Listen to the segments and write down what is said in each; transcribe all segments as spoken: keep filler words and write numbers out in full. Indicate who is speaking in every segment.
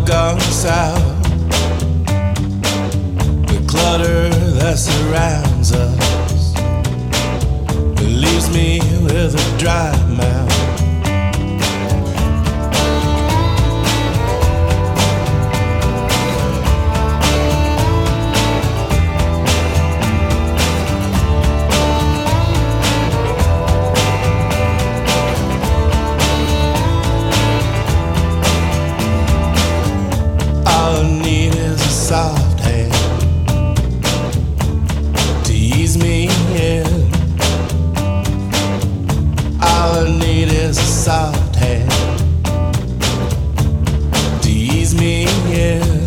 Speaker 1: gone south. The clutter that surrounds us, it leaves me with a dry mouth. Soft hand to ease me in. All I need is a soft hand to ease me in.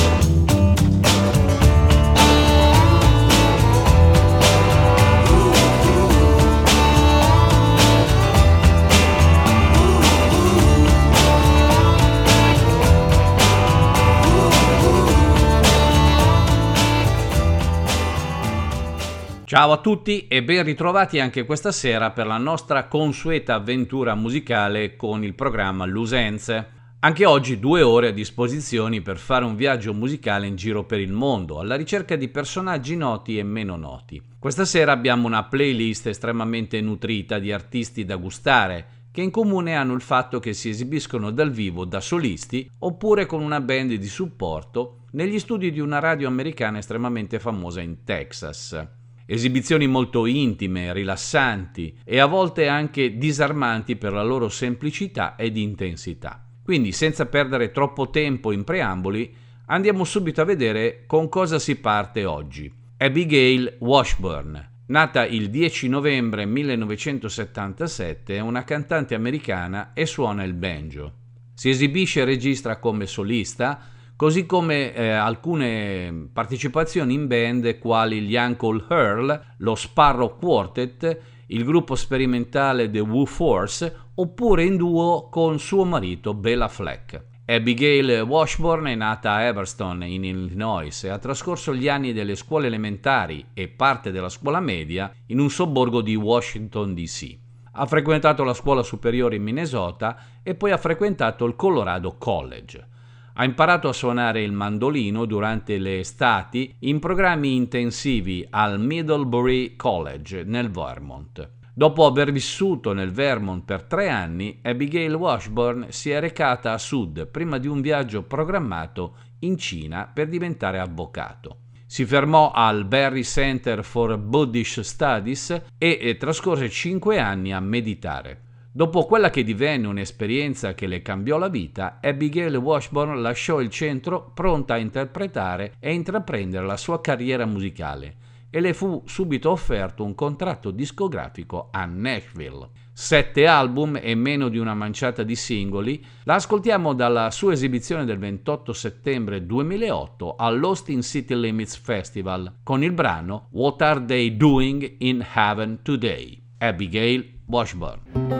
Speaker 2: Ciao a tutti e ben ritrovati anche questa sera per la nostra consueta avventura musicale con il programma Lusenze. Anche oggi due ore a disposizione per fare un viaggio musicale in giro per il mondo, alla ricerca di personaggi noti e meno noti. Questa sera abbiamo una playlist estremamente nutrita di artisti da gustare, che in comune hanno il fatto che si esibiscono dal vivo da solisti oppure con una band di supporto negli studi di una radio americana estremamente famosa in Texas. Esibizioni molto intime, rilassanti e a volte anche disarmanti per la loro semplicità ed intensità. Quindi, senza perdere troppo tempo in preamboli, andiamo subito a vedere con cosa si parte oggi. Abigail Washburn, nata il dieci novembre millenovecentosettantasette, è una cantante americana e suona il banjo. Si esibisce e registra come solista, così come eh, alcune partecipazioni in band quali gli Uncle Earl, lo Sparrow Quartet, il gruppo sperimentale The Woo Force, oppure in duo con suo marito Bela Fleck. Abigail Washburn è nata a Evanston in Illinois e ha trascorso gli anni delle scuole elementari e parte della scuola media in un sobborgo di Washington D C. Ha frequentato la scuola superiore in Minnesota e poi ha frequentato il Colorado College. Ha imparato a suonare il mandolino durante le estati in programmi intensivi al Middlebury College nel Vermont. Dopo aver vissuto nel Vermont per tre anni, Abigail Washburn si è recata a sud prima di un viaggio programmato in Cina per diventare avvocato. Si fermò al Berry Center for Buddhist Studies e, e trascorse cinque anni a meditare. Dopo quella che divenne un'esperienza che le cambiò la vita, Abigail Washburn lasciò il centro pronta a interpretare e intraprendere la sua carriera musicale e le fu subito offerto un contratto discografico a Nashville. Sette album e meno di una manciata di singoli, la ascoltiamo dalla sua esibizione del ventotto settembre duemilaotto all'Austin City Limits Festival con il brano What Are They Doing in Heaven Today? Abigail Washburn.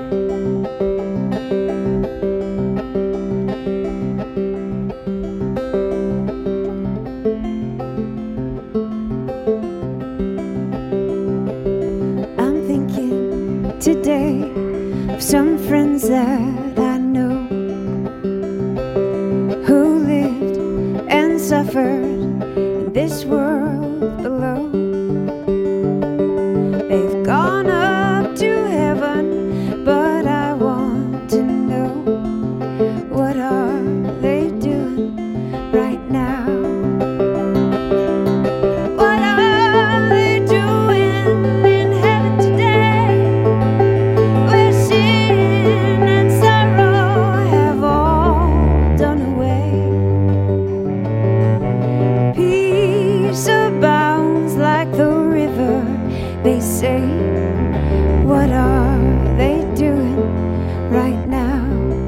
Speaker 3: Today of some friends that I know who lived and suffered in this world below. They've gone up to heaven, but I want to know, what are they doing right now? They say, what are they doing right now?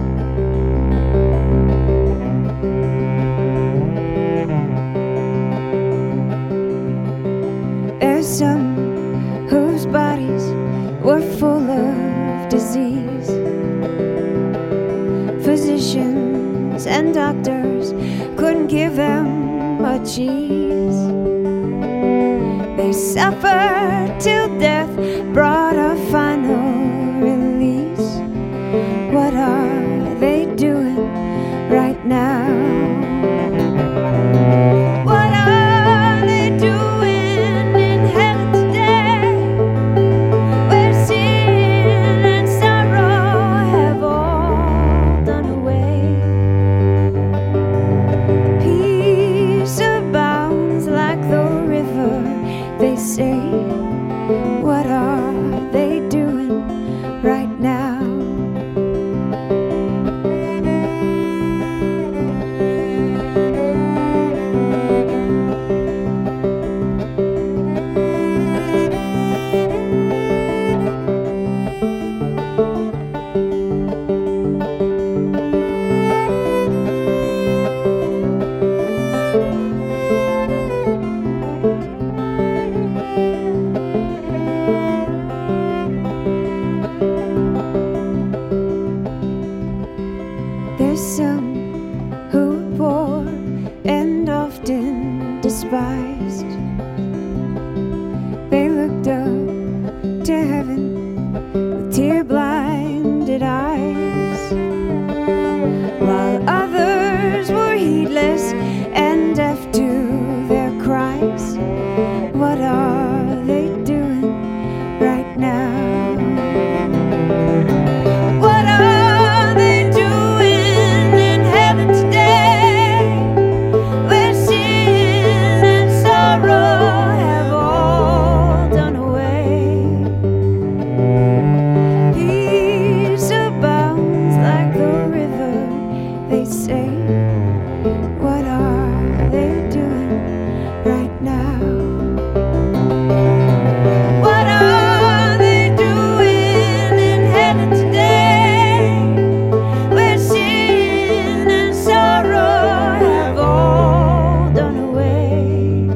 Speaker 3: There's some whose bodies were full of disease. Physicians and doctors couldn't give them much ease. They suffered till death brought a final release. What are they doing right now? There's some who are poor and often despised. They looked up to heaven with tear-blinded eyes, while others were heedless and deaf to their cries. What are they doing right now? What are they doing in heaven today, where sin and sorrow have all done away? Peace abounds like the river, they say. What are they doing right now? What are they doing in heaven today, where sin and sorrow have all done away?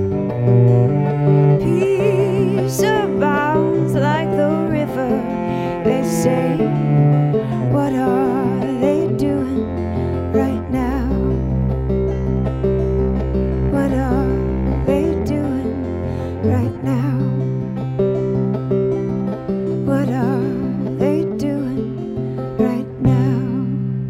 Speaker 3: Peace abounds like the river, they say. What are they doing right now? What are they doing right now? What are they doing right now?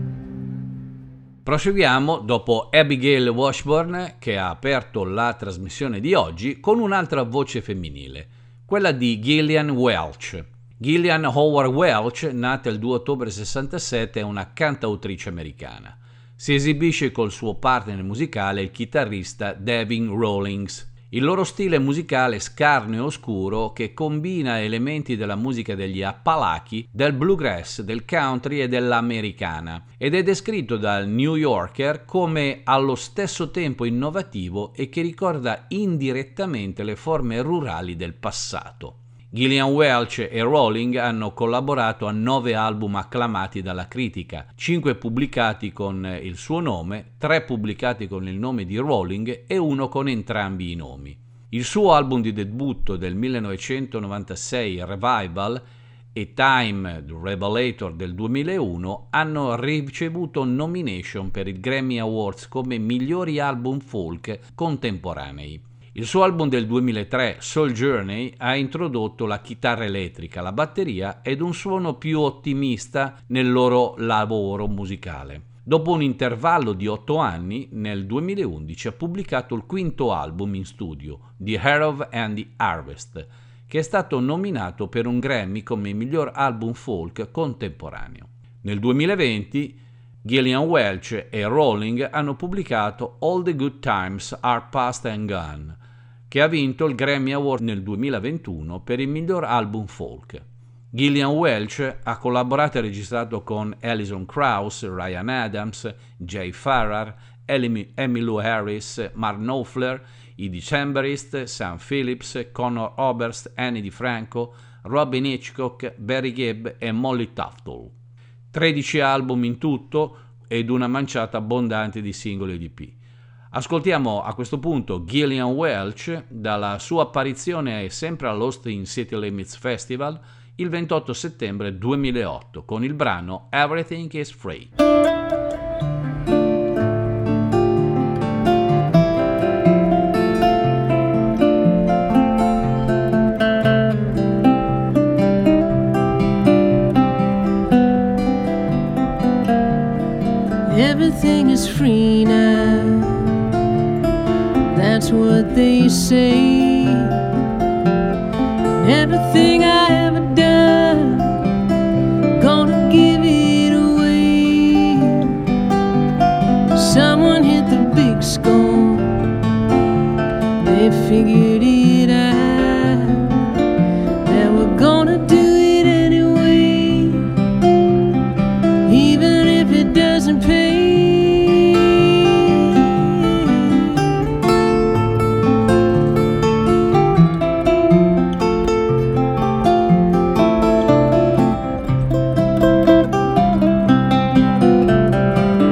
Speaker 2: Proseguiamo dopo Abigail Washburn, che ha aperto la trasmissione di oggi, con un'altra voce femminile, quella di Gillian Welch. Gillian Howard Welch, nata il due ottobre sessantasette, è una cantautrice americana. Si esibisce col suo partner musicale, il chitarrista Devin Rawlings. Il loro stile musicale scarno e oscuro che combina elementi della musica degli Appalachi, del bluegrass, del country e dell'americana, ed è descritto dal New Yorker come allo stesso tempo innovativo e che ricorda indirettamente le forme rurali del passato. Gillian Welch e Rawlings hanno collaborato a nove album acclamati dalla critica, cinque pubblicati con il suo nome, tre pubblicati con il nome di Rawlings e uno con entrambi i nomi. Il suo album di debutto del millenovecentonovantasei, Revival, e Time, The Revelator del duemilauno hanno ricevuto nomination per il Grammy Awards come migliori album folk contemporanei. Il suo album del duemilatré, Soul Journey, ha introdotto la chitarra elettrica, la batteria ed un suono più ottimista nel loro lavoro musicale. Dopo un intervallo di otto anni, nel duemilaundici ha pubblicato il quinto album in studio, The Harrow and the Harvest, che è stato nominato per un Grammy come miglior album folk contemporaneo. Nel duemilaventi Gillian Welch e Rawlings hanno pubblicato All the Good Times Are Past and Gone, che ha vinto il Grammy Award nel duemilaventuno per il miglior album folk. Gillian Welch ha collaborato e registrato con Alison Krauss, Ryan Adams, Jay Farrar, Emmylou Harris, Mark Knopfler, i Decemberists, Sam Phillips, Conor Oberst, Annie DiFranco, Robin Hitchcock, Barry Gibb e Molly Tuftle. tredici album in tutto ed una manciata abbondante di singoli e E P. Ascoltiamo a questo punto Gillian Welch dalla sua apparizione sempre all'Austin City Limits Festival il ventotto settembre duemilaotto con il brano Everything is Free.
Speaker 4: Everything is free now, that's what they say. Everything I ever done, gonna give it away. Someone hit the big score, they figured it out, that we're gonna do it anyway, even if it doesn't pay.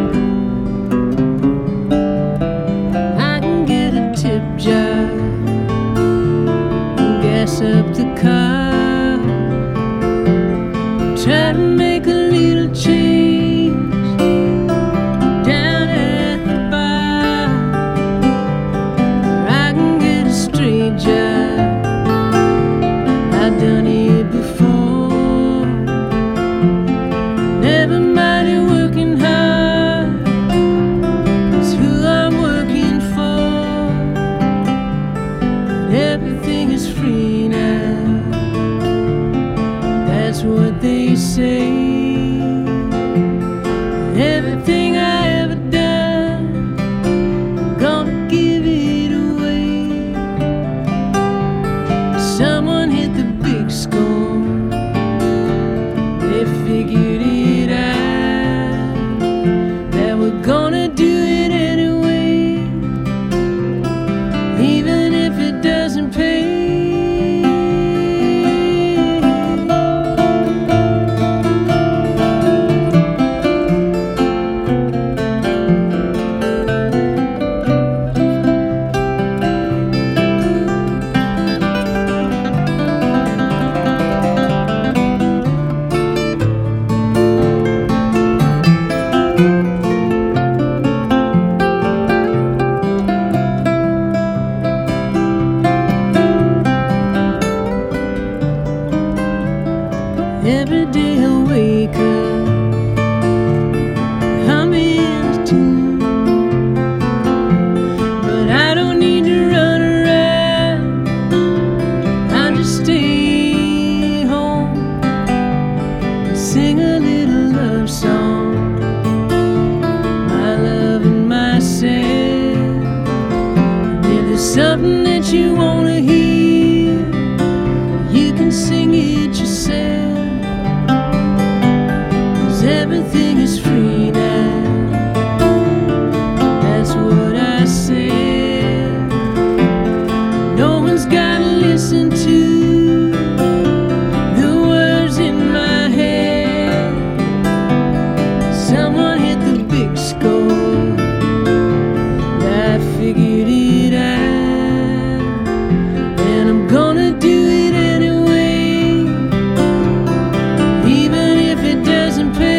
Speaker 4: I can get a tip jar Everything I ever done, I'm gonna give it away. Someone hit the big score, they figured it out, that we're gonna do it anyway, even if it doesn't pay. Every day I wake up, I'm in a tune, but I don't need to run around, I just stay home and sing a little love song, my love and myself. And if there's something that you wanna hear, you can sing it yourself. Everything is free now, that's what I said. No one's gotta listen to the words in my head. Someone hit the big score, I figured it out, and I'm gonna do it anyway, even if it doesn't pay.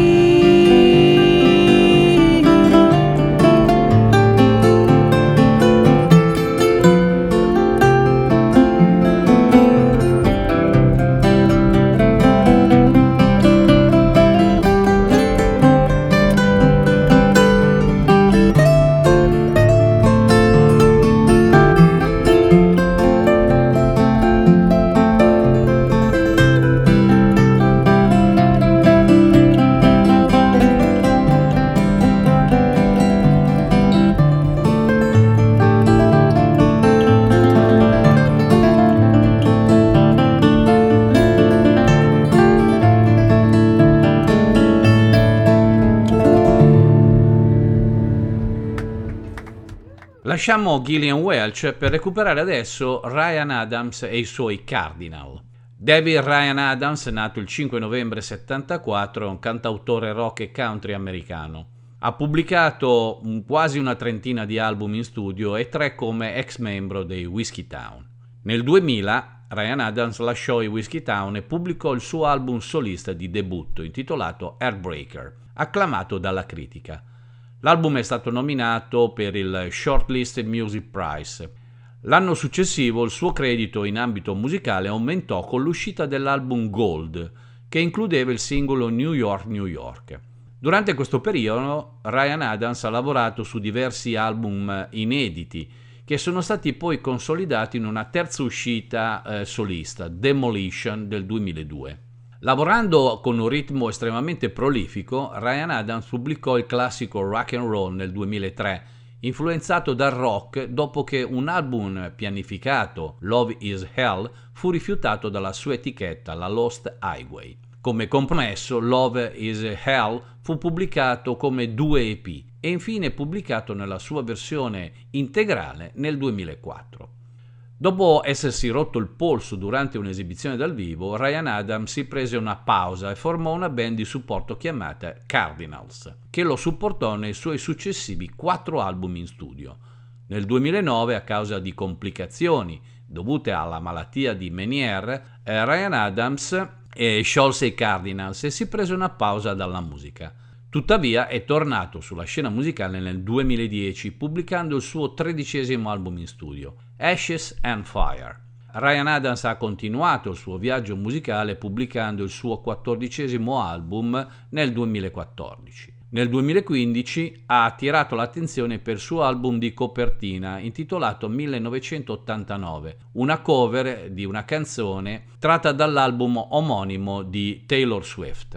Speaker 2: Lasciamo Gillian Welch per recuperare adesso Ryan Adams e i suoi Cardinal. David Ryan Adams, nato il cinque novembre settantaquattro, è un cantautore rock e country americano. Ha pubblicato un, quasi una trentina di album in studio e tre come ex membro dei Whiskeytown. Nel duemila Ryan Adams lasciò i Whiskeytown e pubblicò il suo album solista di debutto intitolato Heartbreaker, acclamato dalla critica. L'album è stato nominato per il Shortlist Music Prize. L'anno successivo il suo credito in ambito musicale aumentò con l'uscita dell'album Gold, che includeva il singolo New York, New York. Durante questo periodo Ryan Adams ha lavorato su diversi album inediti, che sono stati poi consolidati in una terza uscita eh, solista, Demolition del duemiladue. Lavorando con un ritmo estremamente prolifico, Ryan Adams pubblicò il classico Rock and Roll nel duemilatré, influenzato dal rock dopo che un album pianificato, Love is Hell, fu rifiutato dalla sua etichetta, la Lost Highway. Come compromesso, Love is Hell fu pubblicato come due E P e infine pubblicato nella sua versione integrale nel duemilaquattro. Dopo essersi rotto il polso durante un'esibizione dal vivo, Ryan Adams si prese una pausa e formò una band di supporto chiamata Cardinals, che lo supportò nei suoi successivi quattro album in studio. Nel duemilanove, a causa di complicazioni dovute alla malattia di Meniere, eh, Ryan Adams eh, sciolse i Cardinals e si prese una pausa dalla musica. Tuttavia è tornato sulla scena musicale nel duemiladieci pubblicando il suo tredicesimo album in studio, Ashes and Fire. Ryan Adams ha continuato il suo viaggio musicale pubblicando il suo quattordicesimo album nel duemilaquattordici. Nel duemilaquindici ha attirato l'attenzione per il suo album di copertina intitolato millenovecentottantanove, una cover di una canzone tratta dall'album omonimo di Taylor Swift.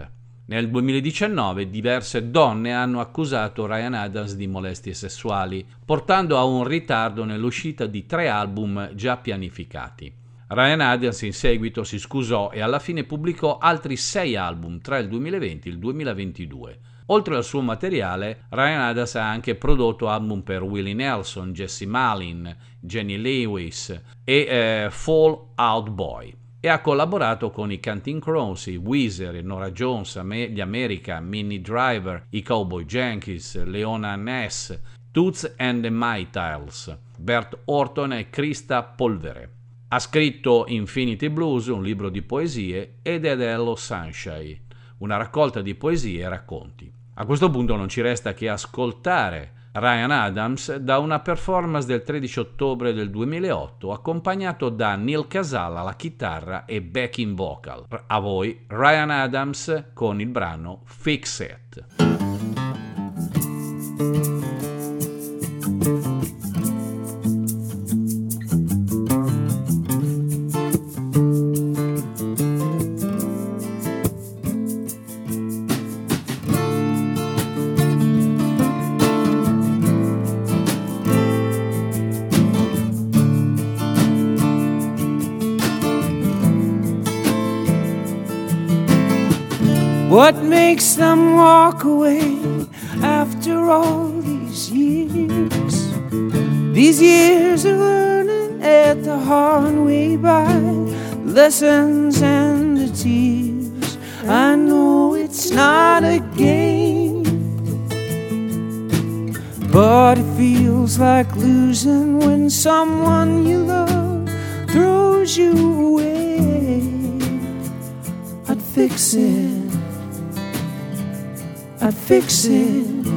Speaker 2: Nel duemiladiciannove diverse donne hanno accusato Ryan Adams di molestie sessuali, portando a un ritardo nell'uscita di tre album già pianificati. Ryan Adams in seguito si scusò e alla fine pubblicò altri sei album tra il duemilaventi e il duemilaventidue. Oltre al suo materiale, Ryan Adams ha anche prodotto album per Willie Nelson, Jesse Malin, Jenny Lewis e eh, Fall Out Boy, e ha collaborato con i Counting Crows, i Weezer, Norah Jones, gli America, Minnie Driver, i Cowboy Yankees, Leona Ness, Toots and the Maytals, Bert Orton e Krista Polvere. Ha scritto Infinity Blues, un libro di poesie, ed Dead Hello Sunshine, una raccolta di poesie e racconti. A questo punto non ci resta che ascoltare Ryan Adams da una performance del tredici ottobre del duemilaotto, accompagnato da Neal Casal alla chitarra e backing vocal. A voi Ryan Adams con il brano Fix It.
Speaker 5: What makes them walk away after all these years? These years of learning at the hard way by, lessons and the tears. I know it's not a game, but it feels like losing when someone you love throws you away. I'd fix it, I'd fix it,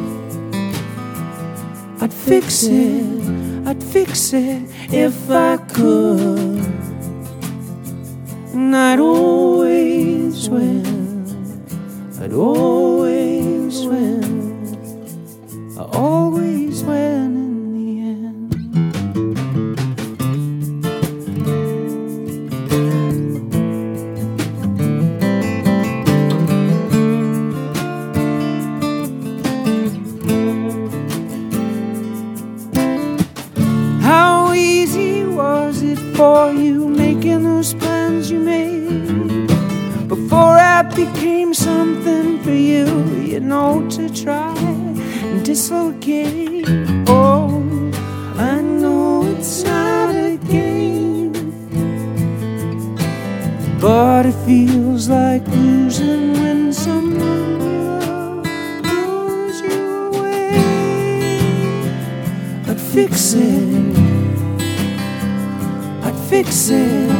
Speaker 5: I'd fix it, I'd fix it if I could. And I'd always win, I'd always win, I always win in the end. How easy was it for you making those plans you made before I became something for you, you know, to try and dislocate? Oh, I know it's not a game, but it feels like losing when someone you love pulls you away. I'd fix it, I'd fix it,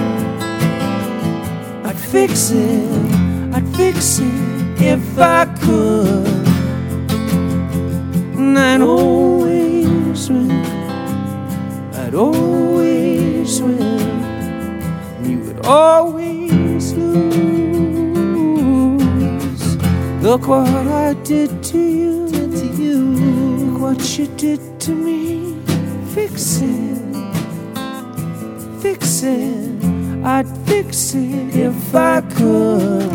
Speaker 5: I'd fix it, I'd fix it if I could. And I'd always win, I'd always win, and you would always lose. Look what I did to you, did to you. Look what you did to me. Fix it, fix it, I'd fix it if I could.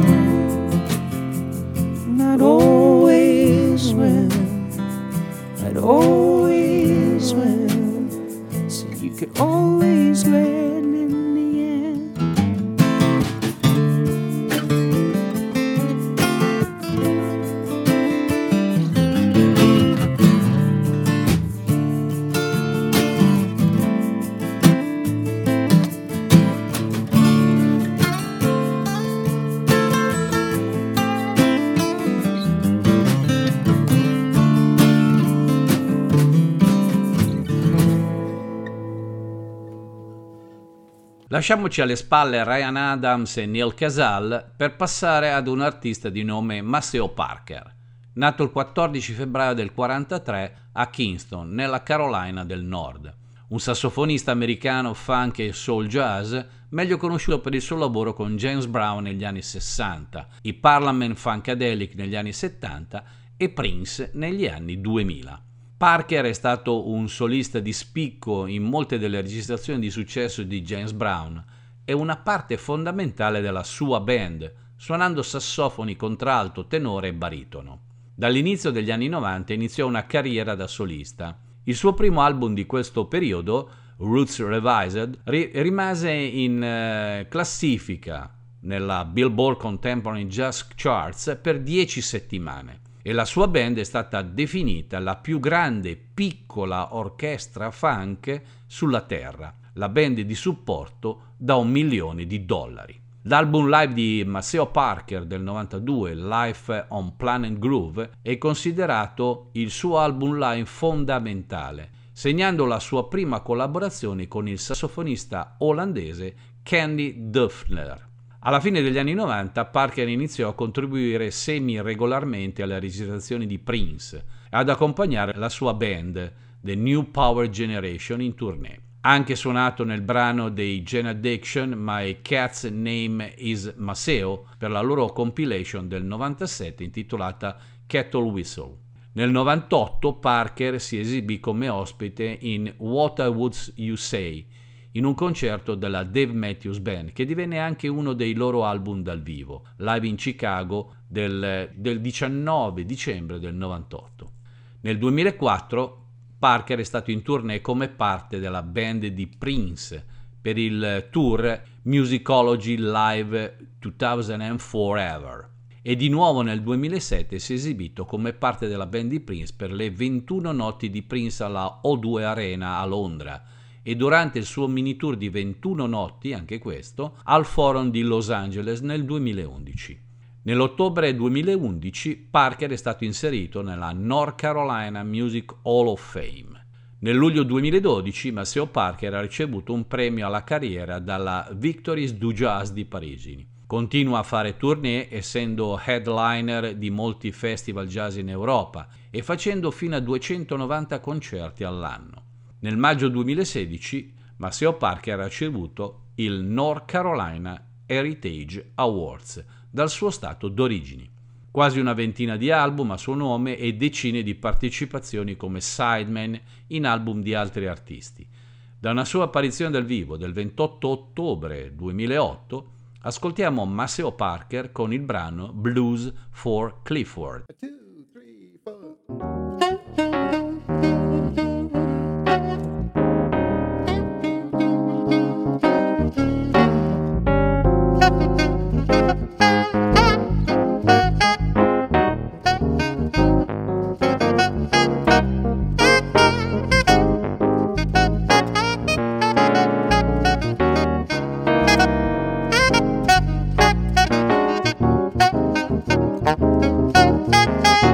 Speaker 5: And I'd always win, I'd always win, so you could always win in the end.
Speaker 2: Lasciamoci alle spalle Ryan Adams e Neal Casal per passare ad un artista di nome Maceo Parker, nato il quattordici febbraio del quarantatré a Kingston, nella Carolina del Nord. Un sassofonista americano funk e soul jazz, meglio conosciuto per il suo lavoro con James Brown negli anni sessanta, i Parliament Funkadelic negli anni settanta e Prince negli anni duemila. Parker è stato un solista di spicco in molte delle registrazioni di successo di James Brown e una parte fondamentale della sua band, suonando sassofoni, contralto, tenore e baritono. Dall'inizio degli anni novanta iniziò una carriera da solista. Il suo primo album di questo periodo, Roots Revised, ri- rimase in eh, classifica nella Billboard Contemporary Jazz Charts per dieci settimane e la sua band è stata definita la più grande piccola orchestra funk sulla terra, la band di supporto da un milione di dollari. L'album live di Maceo Parker del novantadue, Life on Planet Groove, è considerato il suo album live fondamentale, segnando la sua prima collaborazione con il sassofonista olandese Candy Dufner. Alla fine degli anni novanta Parker iniziò a contribuire semi-regolarmente alle registrazioni di Prince e ad accompagnare la sua band, The New Power Generation, in tournée. Ha anche suonato nel brano dei Gen Addiction My Cat's Name is Maceo per la loro compilation del novantasette intitolata Cattle Whistle. Nel novantotto Parker si esibì come ospite in What I Would You Say, in un concerto della Dave Matthews Band, che divenne anche uno dei loro album dal vivo, live in Chicago del, del diciannove dicembre del novantotto. Nel duemilaquattro Parker è stato in tournée come parte della band di Prince per il tour Musicology Live duemilaquattro Forever e di nuovo nel duemilasette si è esibito come parte della band di Prince per le ventuno notti di Prince alla O due Arena a Londra e durante il suo mini tour di ventuno notti, anche questo, al Forum di Los Angeles nel duemilaundici. Nell'ottobre duemilaundici Parker è stato inserito nella North Carolina Music Hall of Fame. Nel luglio duemiladodici Maceo Parker ha ricevuto un premio alla carriera dalla Victories du Jazz di Parigi. Continua a fare tournée essendo headliner di molti festival jazz in Europa e facendo fino a duecentonovanta concerti all'anno. Nel maggio duemilasedici Maceo Parker ha ricevuto il North Carolina Heritage Awards dal suo stato d'origine. Quasi una ventina di album a suo nome e decine di partecipazioni come sideman in album di altri artisti. Da una sua apparizione dal vivo del ventotto ottobre duemilaotto ascoltiamo Maceo Parker con il brano Blues for Clifford.
Speaker 6: Two, three, four.
Speaker 7: Thank you.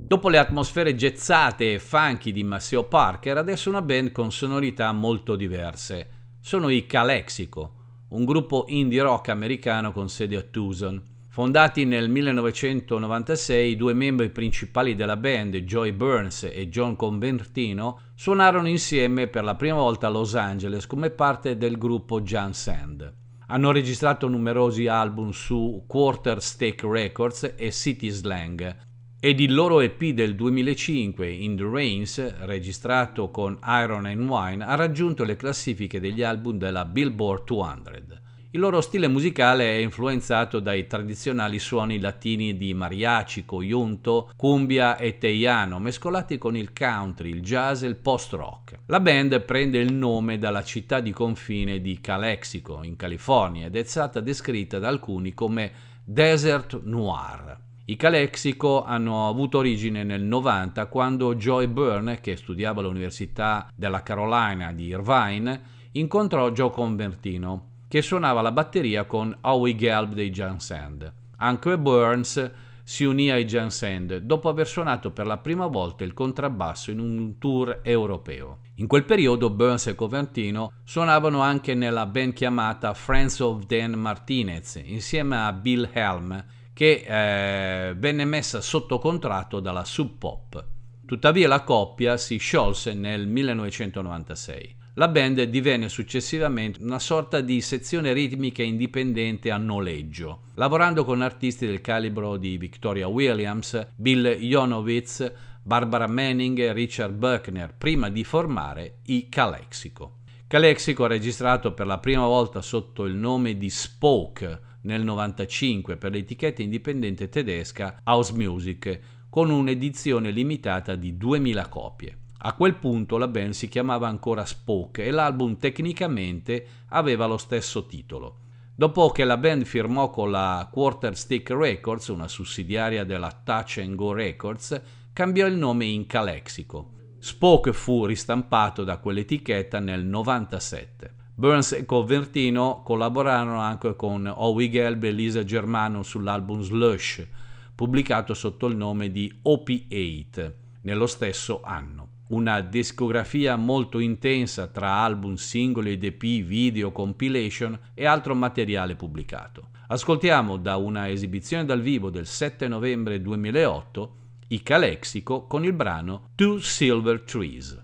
Speaker 2: Dopo le atmosfere jazzate e funky di Maceo Parker, adesso una band con sonorità molto diverse. Sono i Calexico, un gruppo indie rock americano con sede a Tucson. Fondati nel millenovecentonovantasei, i due membri principali della band, Joey Burns e John Convertino, suonarono insieme per la prima volta a Los Angeles come parte del gruppo Jan Sand. Hanno registrato numerosi album su Quarter Stake Records e City Slang, ed il loro E P del duemilacinque, In the Rains, registrato con Iron and Wine, ha raggiunto le classifiche degli album della Billboard duecento. Il loro stile musicale è influenzato dai tradizionali suoni latini di mariachi, coyunto, cumbia e teiano, mescolati con il country, il jazz e il post-rock. La band prende il nome dalla città di confine di Calexico, in California, ed è stata descritta da alcuni come Desert Noir. I Calexico hanno avuto origine nel novanta, quando Joey Byrne, che studiava all'Università della Carolina di Irvine, incontrò Joe Convertino, che suonava la batteria con Howie Gelb dei Jan Sand. Anche Burns si unì ai Jan Sand dopo aver suonato per la prima volta il contrabbasso in un tour europeo. In quel periodo Burns e Convertino suonavano anche nella band chiamata Friends of Dan Martinez, insieme a Bill Helm, che eh, venne messa sotto contratto dalla Sub Pop. Tuttavia la coppia si sciolse nel millenovecentonovantasei. La band divenne successivamente una sorta di sezione ritmica indipendente a noleggio, lavorando con artisti del calibro di Victoria Williams, Bill Jonovitz, Barbara Manning e Richard Buckner, prima di formare i Calexico. Calexico ha registrato per la prima volta sotto il nome di Spoke nel novantacinque per l'etichetta indipendente tedesca House Music, con un'edizione limitata di duemila copie. A quel punto la band si chiamava ancora Spoke e l'album tecnicamente aveva lo stesso titolo. Dopo che la band firmò con la Quarter Stick Records, una sussidiaria della Touch and Go Records, cambiò il nome in Calexico. Spoke fu ristampato da quell'etichetta nel novantasette. Burns e Convertino collaborarono anche con Howie Gelb e Lisa Germano sull'album Slush, pubblicato sotto il nome di O P otto nello stesso anno. Una discografia molto intensa tra album, singoli ed E P, video, compilation e altro materiale pubblicato. Ascoltiamo da una esibizione dal vivo del sette novembre duemilaotto i Calexico con il brano Two Silver Trees.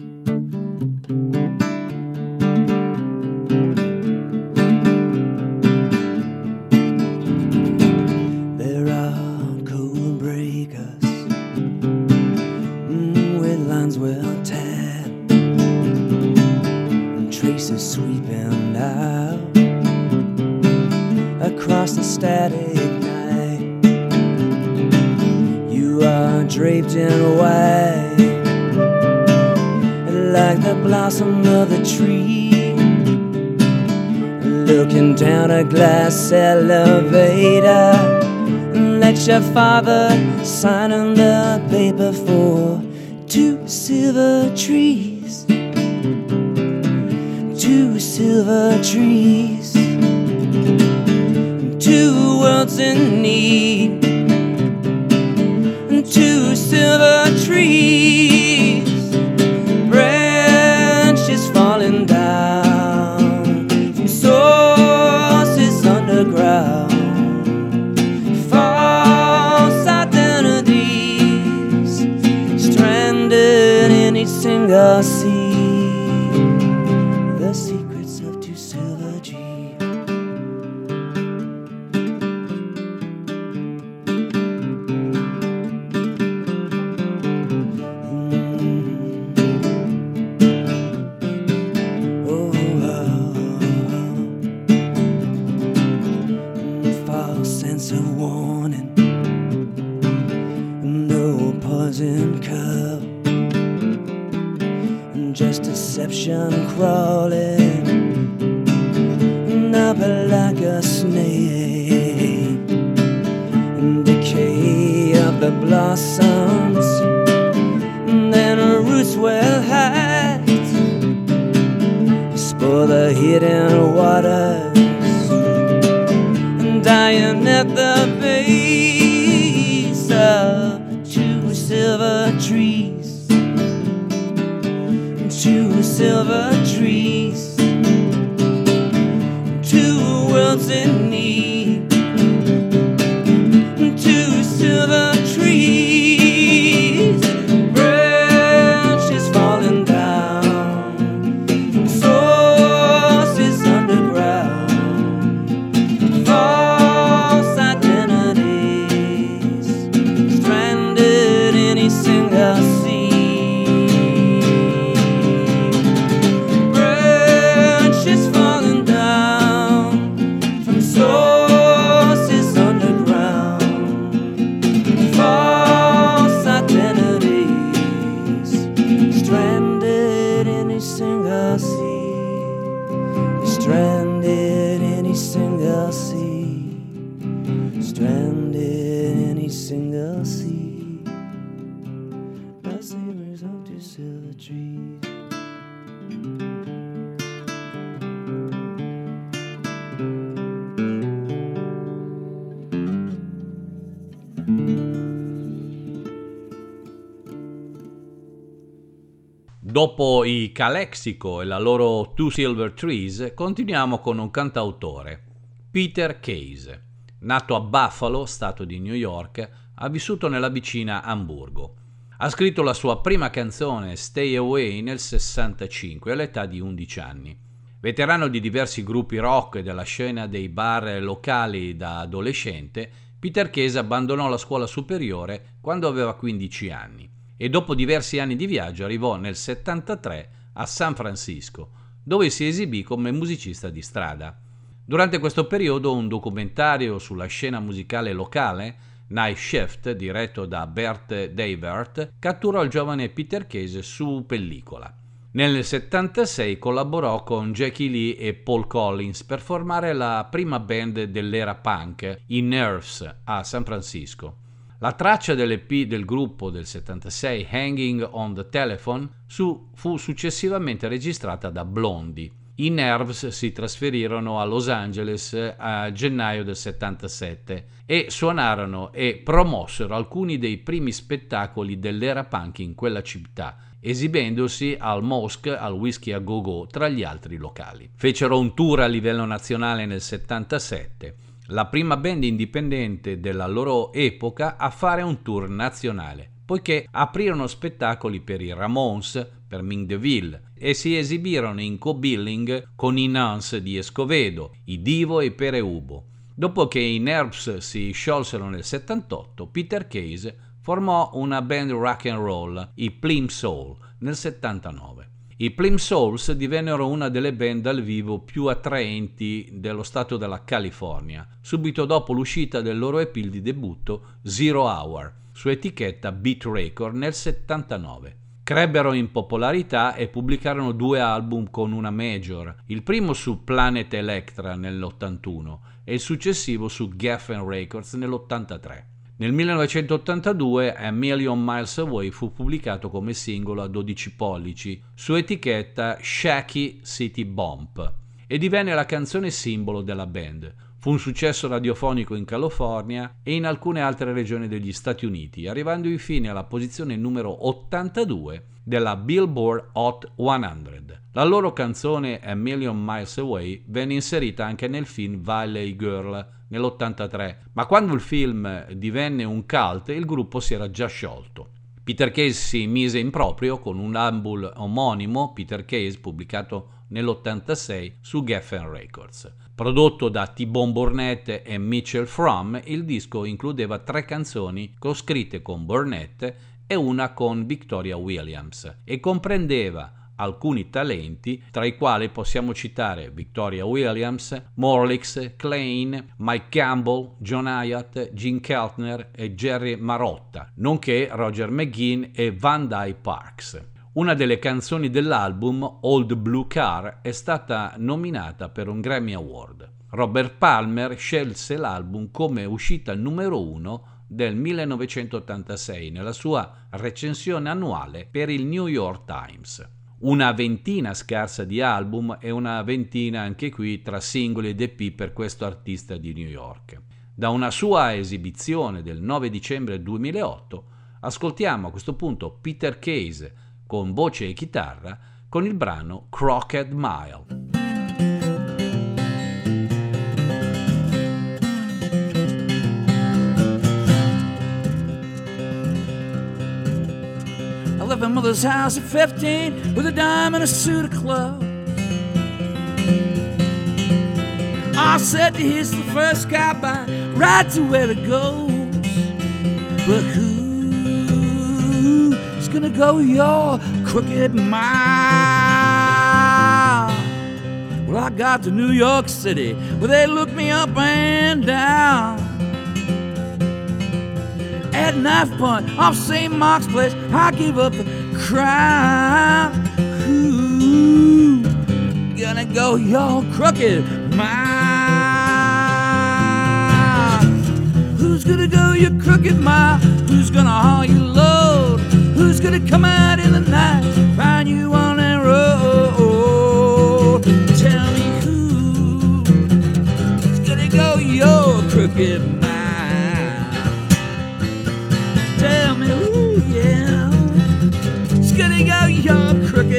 Speaker 5: Sweeping out across the static night. You are draped in white, like the blossom of the tree, looking down a glass elevator. Let your father sign on the paper for two silver trees. Two silver trees, two worlds in need. Two silver trees, branches falling down from sources underground. False identities stranded in each single sea. The secrets of two silver trees. Mm. Oh, oh, oh. False sense of warning, no poison cup, just deception crawling up like a snake. Decay of the blossoms, then roots well hide, spoil the hidden waters, dying at the base of two silver
Speaker 2: Dopo i Calexico e la loro Two Silver Trees, continuiamo con un cantautore, Peter Case. Nato a Buffalo, stato di New York, ha vissuto nella vicina Amburgo. Ha scritto la sua prima canzone, Stay Away, nel sessantacinque, all'età di undici anni. Veterano di diversi gruppi rock e della scena dei bar locali da adolescente, Peter Case abbandonò la scuola superiore quando aveva quindici anni e dopo diversi anni di viaggio arrivò nel settantatré a San Francisco, dove si esibì come musicista di strada. Durante questo periodo un documentario sulla scena musicale locale, Night Shift, diretto da Bert Davert, catturò il giovane Peter Case su pellicola. Nel settantasei collaborò con Jackie Lee e Paul Collins per formare la prima band dell'era punk, i Nerves, a San Francisco. La traccia dell'E P del gruppo del settantasei, Hanging on the Telephone, su, fu successivamente registrata da Blondie. I Nerves si trasferirono a Los Angeles a gennaio del settantasette e suonarono e promossero alcuni dei primi spettacoli dell'era punk in quella città, esibendosi al Mosque, al Whisky a Go Go, tra gli altri locali. Fecero un tour a livello nazionale nel settantasette, la prima band indipendente della loro epoca a fare un tour nazionale, poiché aprirono spettacoli per i Ramones, per Ming DeVille, e si esibirono in co-billing con i Nuns di Escovedo, i Divo e i Pere Ubo. Dopo che i Nerves si sciolsero nel settantotto, Peter Case formò una band rock and roll, i Plimsoll, nel settantanove. I Plimsouls divennero una delle band dal vivo più attraenti dello stato della California, subito dopo l'uscita del loro E P di debutto Zero Hour, su etichetta Beat Record nel settantanove. Crebbero in popolarità e pubblicarono due album con una major, il primo su Planet Electra nell'ottantuno e il successivo su Geffen Records nell'ottantatré. Nel millenovecentottantadue A Million Miles Away fu pubblicato come singolo a dodici pollici su etichetta Shaky City Bump e divenne la canzone simbolo della band. Fu un successo radiofonico in California e in alcune altre regioni degli Stati Uniti, arrivando infine alla posizione numero ottantadue della Billboard Hot cento. La loro canzone A Million Miles Away venne inserita anche nel film Valley Girl nell'ottantatré, ma quando il film divenne un cult il gruppo si era già sciolto. Peter Case si mise in proprio con un album omonimo, Peter Case, pubblicato nell'ottantasei su Geffen Records. Prodotto da T-Bone Burnett e Mitchell Fromm, il disco includeva tre canzoni coscritte con Burnett e una con Victoria Williams e comprendeva alcuni talenti, tra i quali possiamo citare Victoria Williams, Morlix, Klein, Mike Campbell, John Hyatt, Gene Keltner e Jerry Marotta, nonché Roger McGuinn e Van Dyke Parks. Una delle canzoni dell'album, Old Blue Car, è stata nominata per un Grammy Award. Robert Palmer scelse l'album come uscita numero uno del millenovecentottantasei nella sua recensione annuale per il New York Times. Una ventina scarsa di album e una ventina anche qui tra singoli ed E P per questo artista di New York. Da una sua esibizione del nove dicembre duemilaotto ascoltiamo a questo punto Peter Case con voce e chitarra con il brano Crooked Mile.
Speaker 5: I left my mother's house at fifteen with a dime and a suit of clothes. I said he's the first guy by right to where it goes. But who's gonna go your crooked mile? Well, I got to New York City where they looked me up and down. At knife point off Saint Mark's Place, I gave up the crime. Who gonna go your crooked mile? Who's gonna go your crooked mile? Who's gonna haul your load? Who's gonna come out in the night, find you on that road? Tell me who's gonna go your crooked mile? Tell me who, yeah, it's gonna go your crooked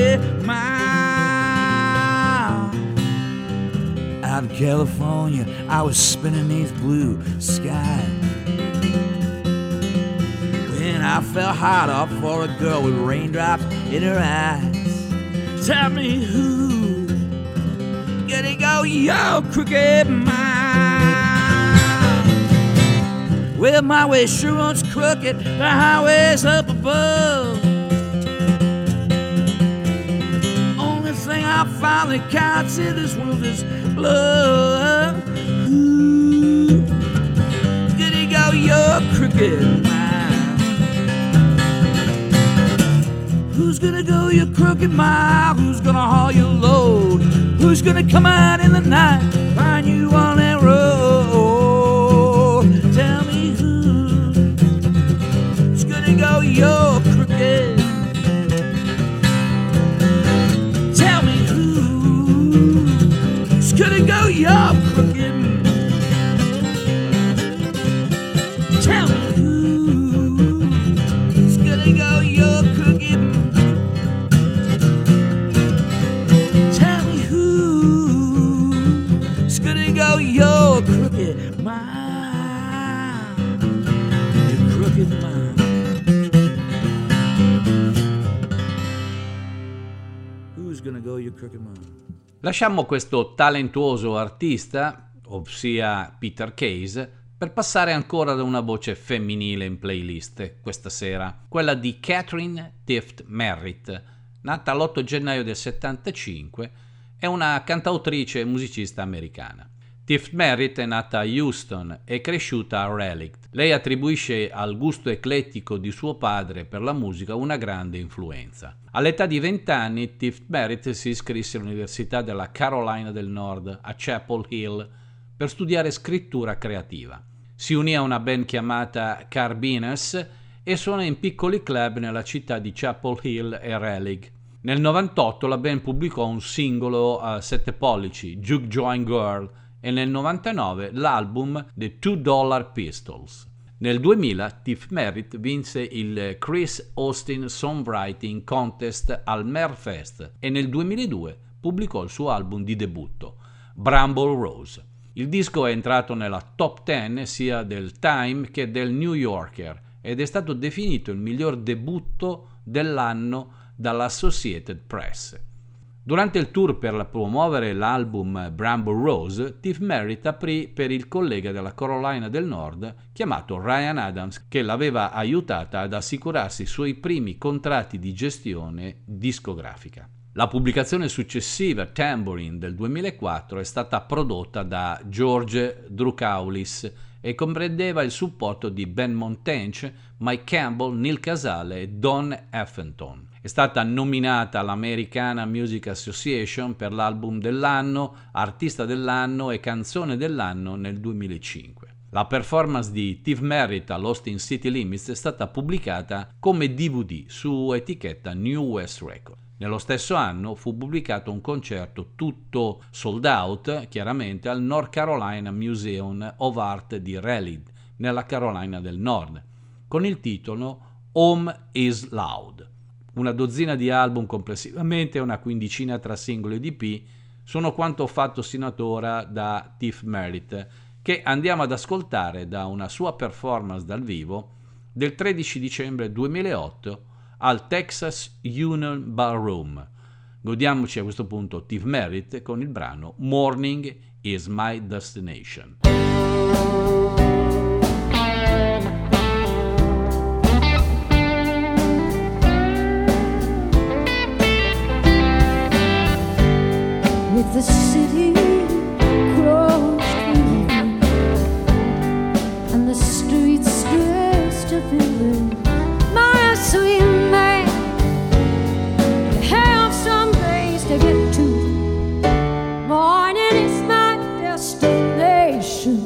Speaker 5: California, I was spinning these blue skies when I fell hard off for a girl with raindrops in her eyes. Tell me who gonna go your crooked mind? Well, my way sure runs crooked, the highway's up above. Only thing I finally counts in this world is love. Ooh, gonna go your crooked mile? Who's gonna go your crooked mile? Who's gonna haul your load? Who's gonna come out in the night, find you on that road? Tell me who's gonna go your crooked? Tell me who's gonna go your crooked? Tell me who's gonna go your crooked? Tell me who's gonna go your crooked mile? Your crooked mile. Who's gonna go your crooked mile?
Speaker 2: Lasciamo questo talentuoso artista, ossia Peter Case, per passare ancora da una voce femminile in playlist questa sera, quella di Catherine Tift Merritt, nata l'otto gennaio del settantacinque, è una cantautrice e musicista americana. Tift Merritt è nata a Houston e cresciuta a Raleigh. Lei attribuisce al gusto eclettico di suo padre per la musica una grande influenza. All'età di venti anni Tift Merritt si iscrisse all'Università della Carolina del Nord a Chapel Hill per studiare scrittura creativa. Si unì a una band chiamata Carbinas e suona in piccoli club nella città di Chapel Hill e Raleigh. Nel novantotto la band pubblicò un singolo a sette pollici, Juke Joint Girl, e nel novantanove l'album The Two Dollar Pistols. Nel duemila Tift Merritt vinse il Chris Austin Songwriting Contest al Merfest e nel duemiladue pubblicò il suo album di debutto, Bramble Rose. Il disco è entrato nella top dieci sia del Time che del New Yorker ed è stato definito il miglior debutto dell'anno dall'Associated Press. Durante il tour per promuovere l'album Bramble Rose, Tift Merritt aprì per il collega della Carolina del Nord chiamato Ryan Adams, che l'aveva aiutata ad assicurarsi i suoi primi contratti di gestione discografica. La pubblicazione successiva, Tambourine, del duemilaquattro, è stata prodotta da George Droucoulis e comprendeva il supporto di Ben Montench, Mike Campbell, Neil Casale e Don Effenton. È stata nominata all'Americana Music Association per l'album dell'anno, artista dell'anno e canzone dell'anno nel duemilacinque. La performance di Tift Merritt all'Austin City Limits è stata pubblicata come D V D su etichetta New West Records. Nello stesso anno fu pubblicato un concerto tutto sold out, chiaramente, al North Carolina Museum of Art di Raleigh, nella Carolina del Nord, con il titolo Home is Loud. Una dozzina di album complessivamente e una quindicina tra singoli e D P sono quanto fatto sino ad ora da Tift Merritt, che andiamo ad ascoltare da una sua performance dal vivo del tredici dicembre duemilaotto al Texas Union Ballroom. Godiamoci a questo punto Tift Merritt con il brano Morning is My Destination.
Speaker 3: With the city crossed with and the streets stressed up in blue, my sweet man, you have some place to get to. Morning is my destination.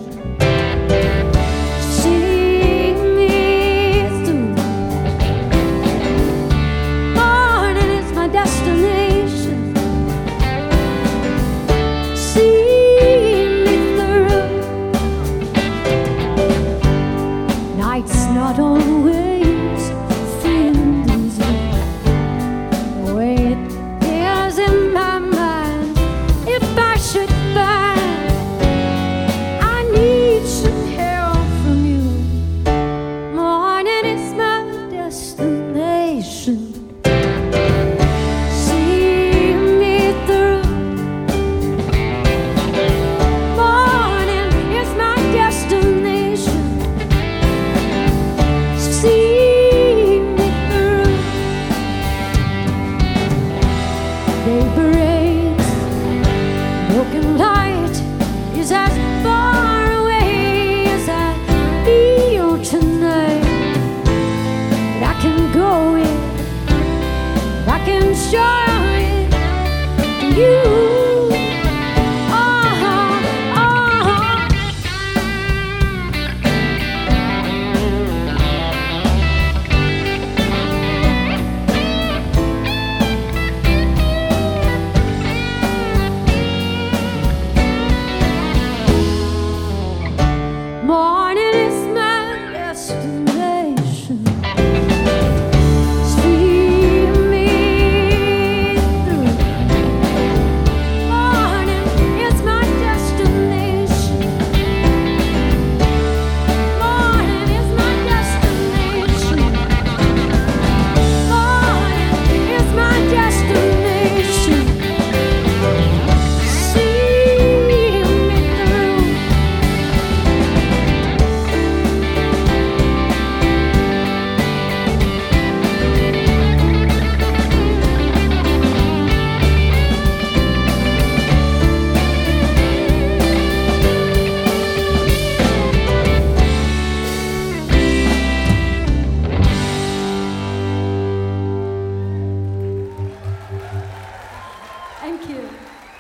Speaker 3: can show it to you. Morning is my destination. See me through. Morning is my destination. Morning is my destination. Morning is my destination. See me through. Thank you.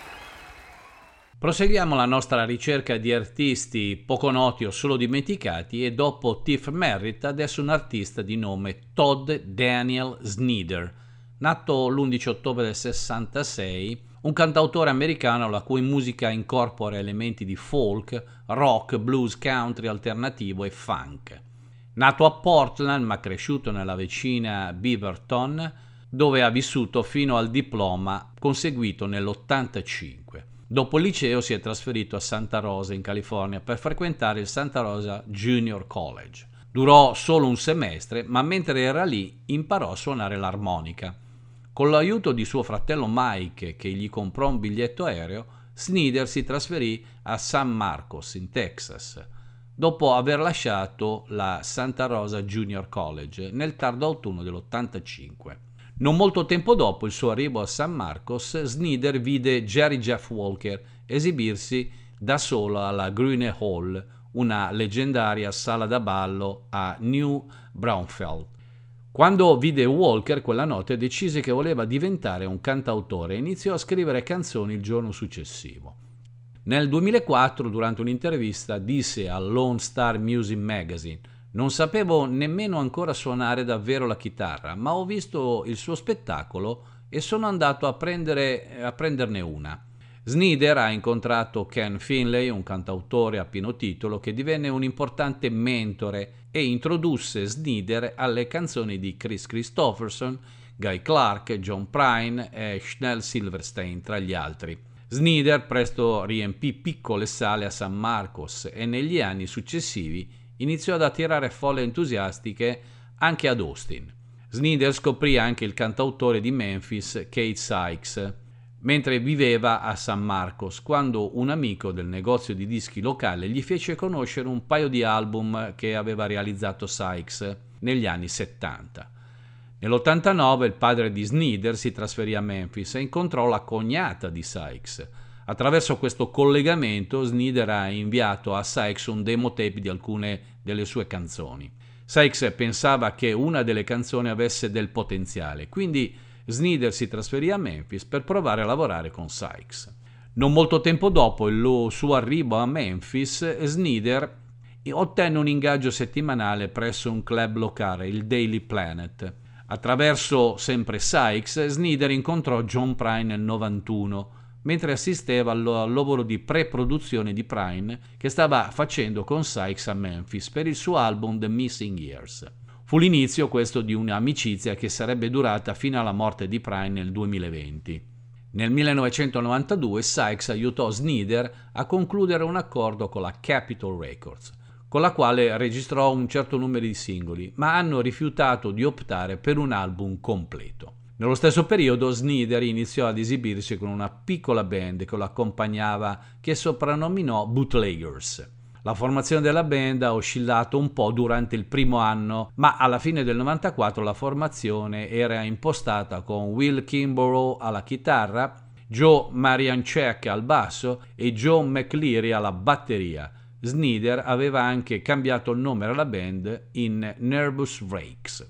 Speaker 2: Proseguiamo la nostra ricerca di artisti poco noti o solo dimenticati e dopo Tiff Merritt adesso un artista di nome Todd Daniel Sneeder, nato l'undici ottobre del sessantasei, un cantautore americano la cui musica incorpora elementi di folk, rock, blues, country alternativo e funk. Nato a Portland ma cresciuto nella vicina Beaverton, dove ha vissuto fino al diploma conseguito nell'ottantacinque. Dopo il liceo si è trasferito a Santa Rosa in California per frequentare il Santa Rosa Junior College. Durò solo un semestre, ma mentre era lì imparò a suonare l'armonica. Con l'aiuto di suo fratello Mike, che gli comprò un biglietto aereo, Sneeder si trasferì a San Marcos, in Texas, dopo aver lasciato la Santa Rosa Junior College nel tardo autunno dell'ottantacinque. Non molto tempo dopo il suo arrivo a San Marcos, Sneeder vide Jerry Jeff Walker esibirsi da solo alla Gruene Hall, una leggendaria sala da ballo a New Braunfels. Quando vide Walker quella notte decise che voleva diventare un cantautore e iniziò a scrivere canzoni il giorno successivo. Nel duemilaquattro, durante un'intervista, disse al Lone Star Music Magazine: "Non sapevo nemmeno ancora suonare davvero la chitarra, ma ho visto il suo spettacolo e sono andato a, prendere, a prenderne una." Sneeder ha incontrato Ken Finlay, un cantautore a pieno titolo che divenne un importante mentore e introdusse Sneeder alle canzoni di Chris Christopherson, Guy Clark, John Prine e Schnell Silverstein, tra gli altri. Sneeder presto riempì piccole sale a San Marcos e negli anni successivi iniziò ad attirare folle entusiastiche anche ad Austin. Sneeder scoprì anche il cantautore di Memphis, Kate Sykes, mentre viveva a San Marcos, quando un amico del negozio di dischi locale gli fece conoscere un paio di album che aveva realizzato Sykes negli anni settanta. Nell'ottantanove il padre di Sneeder si trasferì a Memphis e incontrò la cognata di Sykes. Attraverso questo collegamento Sneeder ha inviato a Sykes un demo tape di alcune delle sue canzoni. Sykes pensava che una delle canzoni avesse del potenziale, quindi Sneeder si trasferì a Memphis per provare a lavorare con Sykes. Non molto tempo dopo il suo arrivo a Memphis, Sneeder ottenne un ingaggio settimanale presso un club locale, il Daily Planet. Attraverso sempre Sykes, Sneeder incontrò John Prine nel novantuno, mentre assisteva al lavoro di pre-produzione di Prine che stava facendo con Sykes a Memphis per il suo album The Missing Years. Fu l'inizio questo di un'amicizia che sarebbe durata fino alla morte di Prine nel duemilaventi. Nel millenovecentonovantadue Sykes aiutò Sneeder a concludere un accordo con la Capitol Records, con la quale registrò un certo numero di singoli, ma hanno rifiutato di optare per un album completo. Nello stesso periodo Sneeder iniziò ad esibirsi con una piccola band che lo accompagnava, che soprannominò Bootleggers. La formazione della band ha oscillato un po' durante il primo anno, ma alla fine del novantaquattro la formazione era impostata con Will Kimbrough alla chitarra, Joe Marianchek al basso e Joe McCleary alla batteria. Sneeder aveva anche cambiato il nome alla band in Nervous Breaks.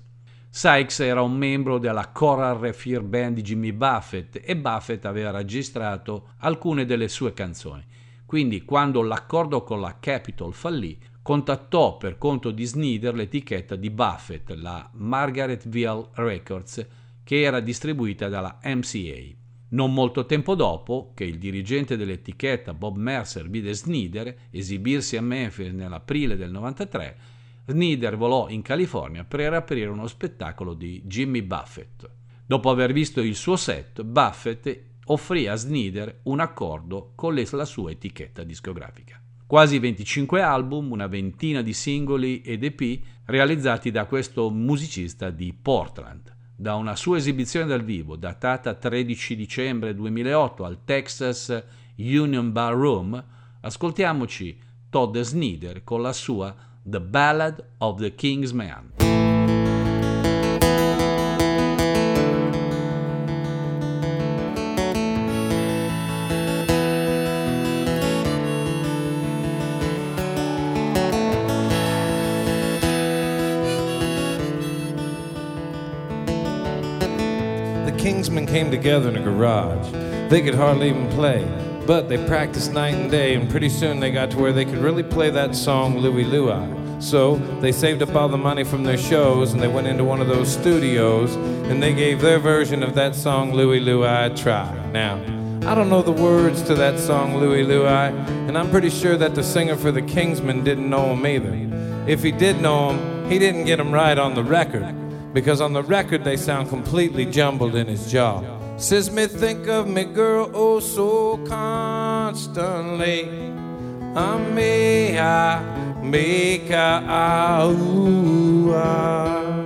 Speaker 2: Sykes era un membro della Coral Reefer Band di Jimmy Buffett e Buffett aveva registrato alcune delle sue canzoni. Quindi, quando l'accordo con la Capitol fallì, contattò per conto di Sneeder l'etichetta di Buffett, la Margaretville Records, che era distribuita dalla M C A. Non molto tempo dopo, che il dirigente dell'etichetta Bob Mercer vide Sneeder esibirsi a Memphis nell'aprile del novantatré, Sneeder volò in California per aprire uno spettacolo di Jimmy Buffett. Dopo aver visto il suo set, Buffett offrì a Sneeder un accordo con la sua etichetta discografica. Quasi venticinque album, una ventina di singoli ed E P realizzati da questo musicista di Portland. Da una sua esibizione dal vivo, datata tredici dicembre duemilaotto al Texas Union Ballroom, ascoltiamoci Todd Sneeder con la sua The Ballad of the King's Man.
Speaker 7: Kingsmen came together in a garage. They could hardly even play, but they practiced night and day, and pretty soon they got to where they could really play that song Louie Louie. So they saved up all the money from their shows, and they went into one of those studios, and they gave their version of that song Louie Louie a try. Now, I don't know the words to that song Louie Louie, and I'm pretty sure that the singer for the Kingsmen didn't know him either. If he did know him, he didn't get him right on the record, because on the record they sound completely jumbled in his jaw. Says me think of me girl oh so constantly. I may I make a ooh ah.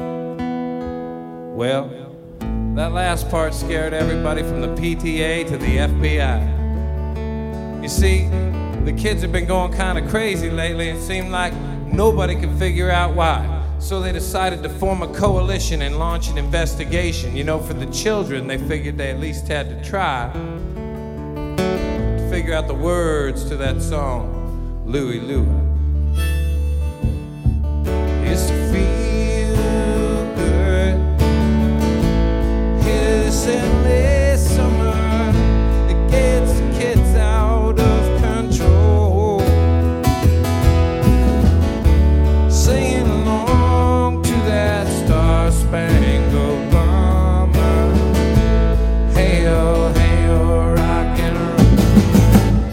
Speaker 7: Well, that last part scared everybody from the P T A to the F B I. You see, the kids have been going kind of crazy lately. It seemed like nobody could figure out why. So they decided to form a coalition and launch an investigation. You know, for the children, they figured they at least had to try to figure out the words to that song, Louie Louie. It's to feel good. It's endless summer. It gets the kids out of control. Singing along Star-Spangled Banner. Hail, hail, rock and roll.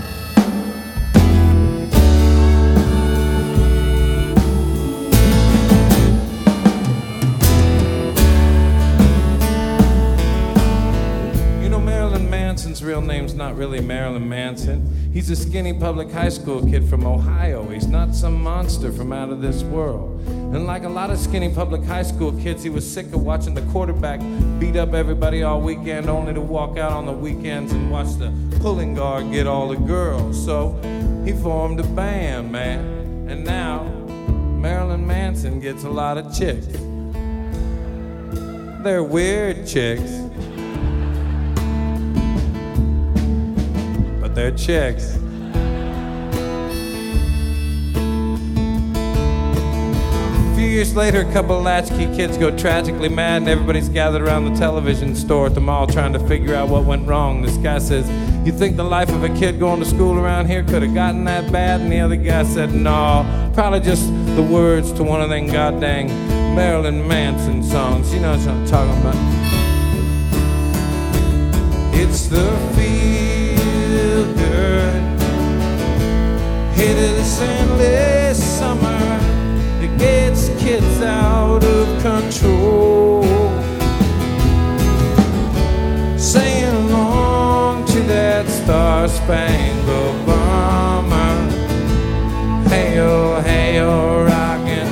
Speaker 7: You know, Marilyn Manson's real name's not really Marilyn Manson. He's a skinny public high school kid from Ohio. He's not some monster from out of this world. And like a lot of skinny public high school kids, he was sick of watching the quarterback beat up everybody all weekend, only to walk out on the weekends and watch the pulling guard get all the girls. So he formed a band, man. And now Marilyn Manson gets a lot of chicks. They're weird chicks, but they're chicks. A few years later, a couple of latchkey kids go tragically mad, and everybody's gathered around the television store at the mall trying to figure out what went wrong. This guy says, "You think the life of a kid going to school around here could have gotten that bad?" And the other guy said, "No, probably just the words to one of them goddamn Marilyn Manson songs." You know what I'm talking about. It's the feel good hit of this endless summer. It gets kids out of control. Singing along to that Star-Spangled Banner. Hail, hail, rockin'.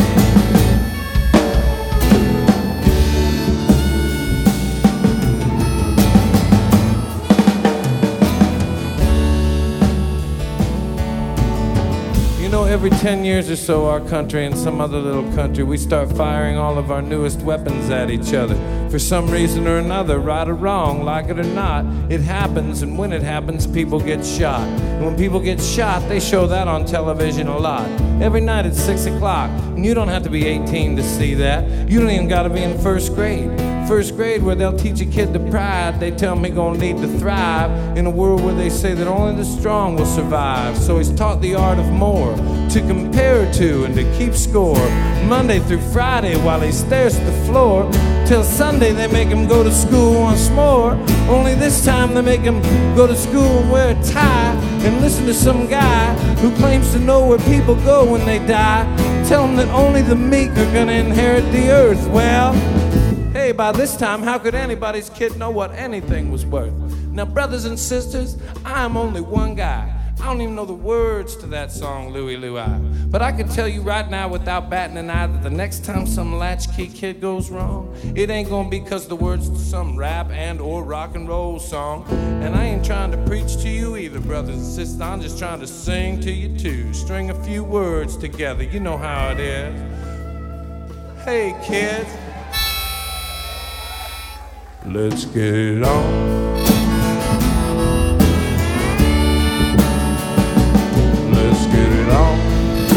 Speaker 7: You know, every ten years or so, our country and some other little country, we start firing all of our newest weapons at each other. for some reason or another, right or wrong, like it or not, it happens, and when it happens, people get shot. And when people get shot, they show that on television a lot. Every night at six o'clock, and you don't have to be eighteen to see that. You don't even gotta be in first grade. First grade where they'll teach a kid to pride. They tell him he's gonna need to thrive in a world where they say that only the strong will survive. So he's taught the art of more, to compare to and to keep score, Monday through Friday while he stares at the floor, till Sunday they make him go to school once more. Only this time they make him go to school and wear a tie and listen to some guy who claims to know where people go when they die. Tell him that only the meek are gonna inherit the earth. Well, hey, by this time, how could anybody's kid know what anything was worth? Now, brothers and sisters, I'm only one guy. I don't even know the words to that song, Louie Louie. But I can tell you right now without batting an eye that the next time some latchkey kid goes wrong, it ain't gonna be because the words to some rap and or rock and roll song. And I ain't trying to preach to you either, brothers and sisters. I'm just trying to sing to you too. String a few words together. You know how it is. Hey, kids. Let's get it on. Let's get it on.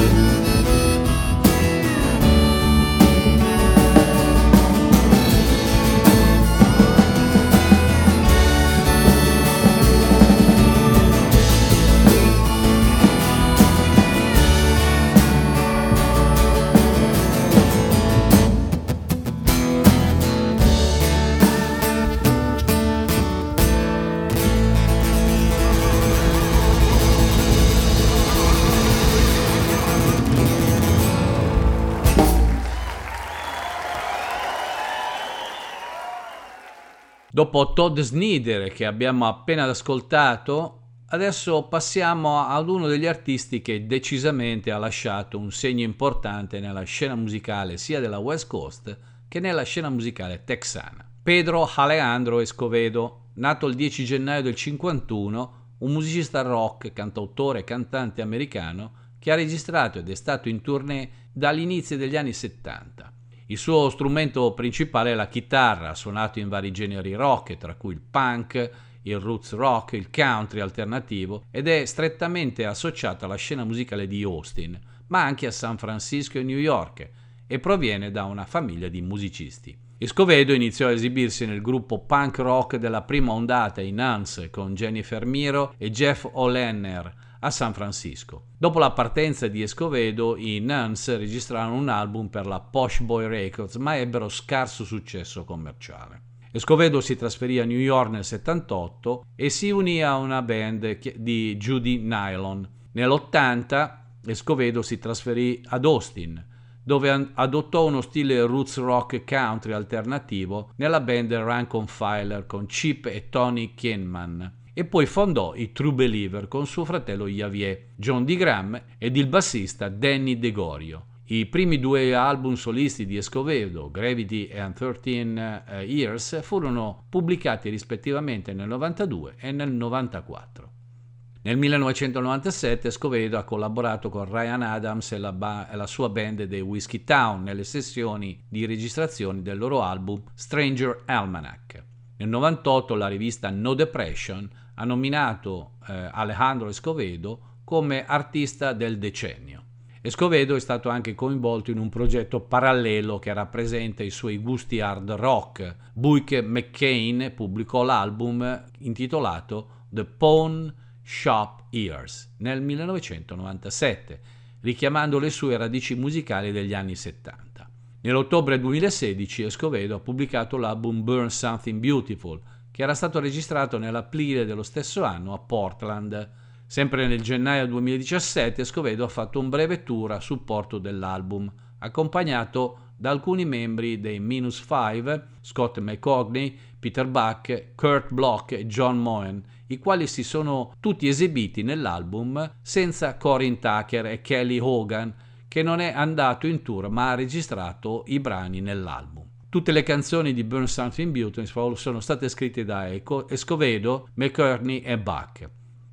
Speaker 2: Dopo Todd Snider che abbiamo appena ascoltato, adesso passiamo ad uno degli artisti che decisamente ha lasciato un segno importante nella scena musicale sia della West Coast che nella scena musicale texana. Pedro Alejandro Escovedo, nato il dieci gennaio del cinquantuno, un musicista rock, cantautore e cantante americano che ha registrato ed è stato in tournée dall'inizio degli anni settanta. Il suo strumento principale è la chitarra, ha suonato in vari generi rock, tra cui il punk, il roots rock, il country alternativo, ed è strettamente associato alla scena musicale di Austin, ma anche a San Francisco e New York, e proviene da una famiglia di musicisti. Escovedo iniziò a esibirsi nel gruppo punk rock della prima ondata, i Nuns, con Jennifer Miro e Jeff O'Lenner, a San Francisco. Dopo la partenza di Escovedo, i Nuns registrarono un album per la Posh Boy Records, ma ebbero scarso successo commerciale. Escovedo si trasferì a New York nel settantotto e si unì a una band di Judy Nylon. Nell'ottanta Escovedo si trasferì ad Austin, dove adottò uno stile roots rock country alternativo nella band Rank on Fire con Chip e Tony Kinman, e poi fondò i True Believer con suo fratello Javier, John D. Graham ed il bassista Danny DeGorio. I primi due album solisti di Escovedo, Gravity and thirteen Years, furono pubblicati rispettivamente nel novantadue e nel novantaquattro. Nel millenovecentonovantasette Escovedo ha collaborato con Ryan Adams e la, ba- e la sua band dei Whiskey Town nelle sessioni di registrazione del loro album Stranger Almanac. Nel novantotto la rivista No Depression ha nominato eh, Alejandro Escovedo come artista del decennio. Escovedo è stato anche coinvolto in un progetto parallelo che rappresenta i suoi gusti hard rock. Buick McCain pubblicò l'album intitolato The Pawn Shop Years nel millenovecentonovantasette, richiamando le sue radici musicali degli anni settanta. Nell'ottobre duemilasedici Escovedo ha pubblicato l'album Burn Something Beautiful, che era stato registrato nell'aprile dello stesso anno a Portland. Sempre nel gennaio duemiladiciassette Escovedo ha fatto un breve tour a supporto dell'album, accompagnato da alcuni membri dei Minus Five, Scott McCaughey, Peter Buck, Kurt Bloch e John Moen, i quali si sono tutti esibiti nell'album senza Corin Tucker e Kelly Hogan, che non è andato in tour ma ha registrato i brani nell'album. Tutte le canzoni di Burn Something Beautiful sono state scritte da Escovedo, McCartney e Buck.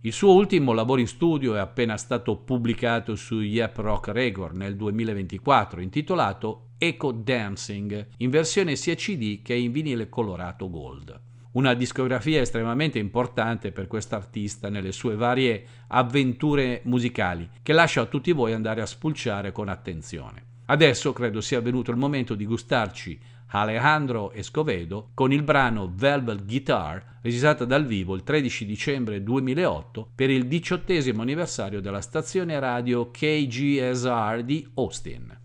Speaker 2: Il suo ultimo lavoro in studio è appena stato pubblicato su Yep Rock Record nel duemilaventiquattro, intitolato Echo Dancing, in versione sia C D che in vinile colorato gold. Una discografia estremamente importante per quest'artista nelle sue varie avventure musicali, che lascio a tutti voi andare a spulciare con attenzione. Adesso credo sia venuto il momento di gustarci Alejandro Escovedo con il brano Velvet Guitar, registrata dal vivo il tredici dicembre duemilaotto per il diciottesimo anniversario della stazione radio K G S R di Austin.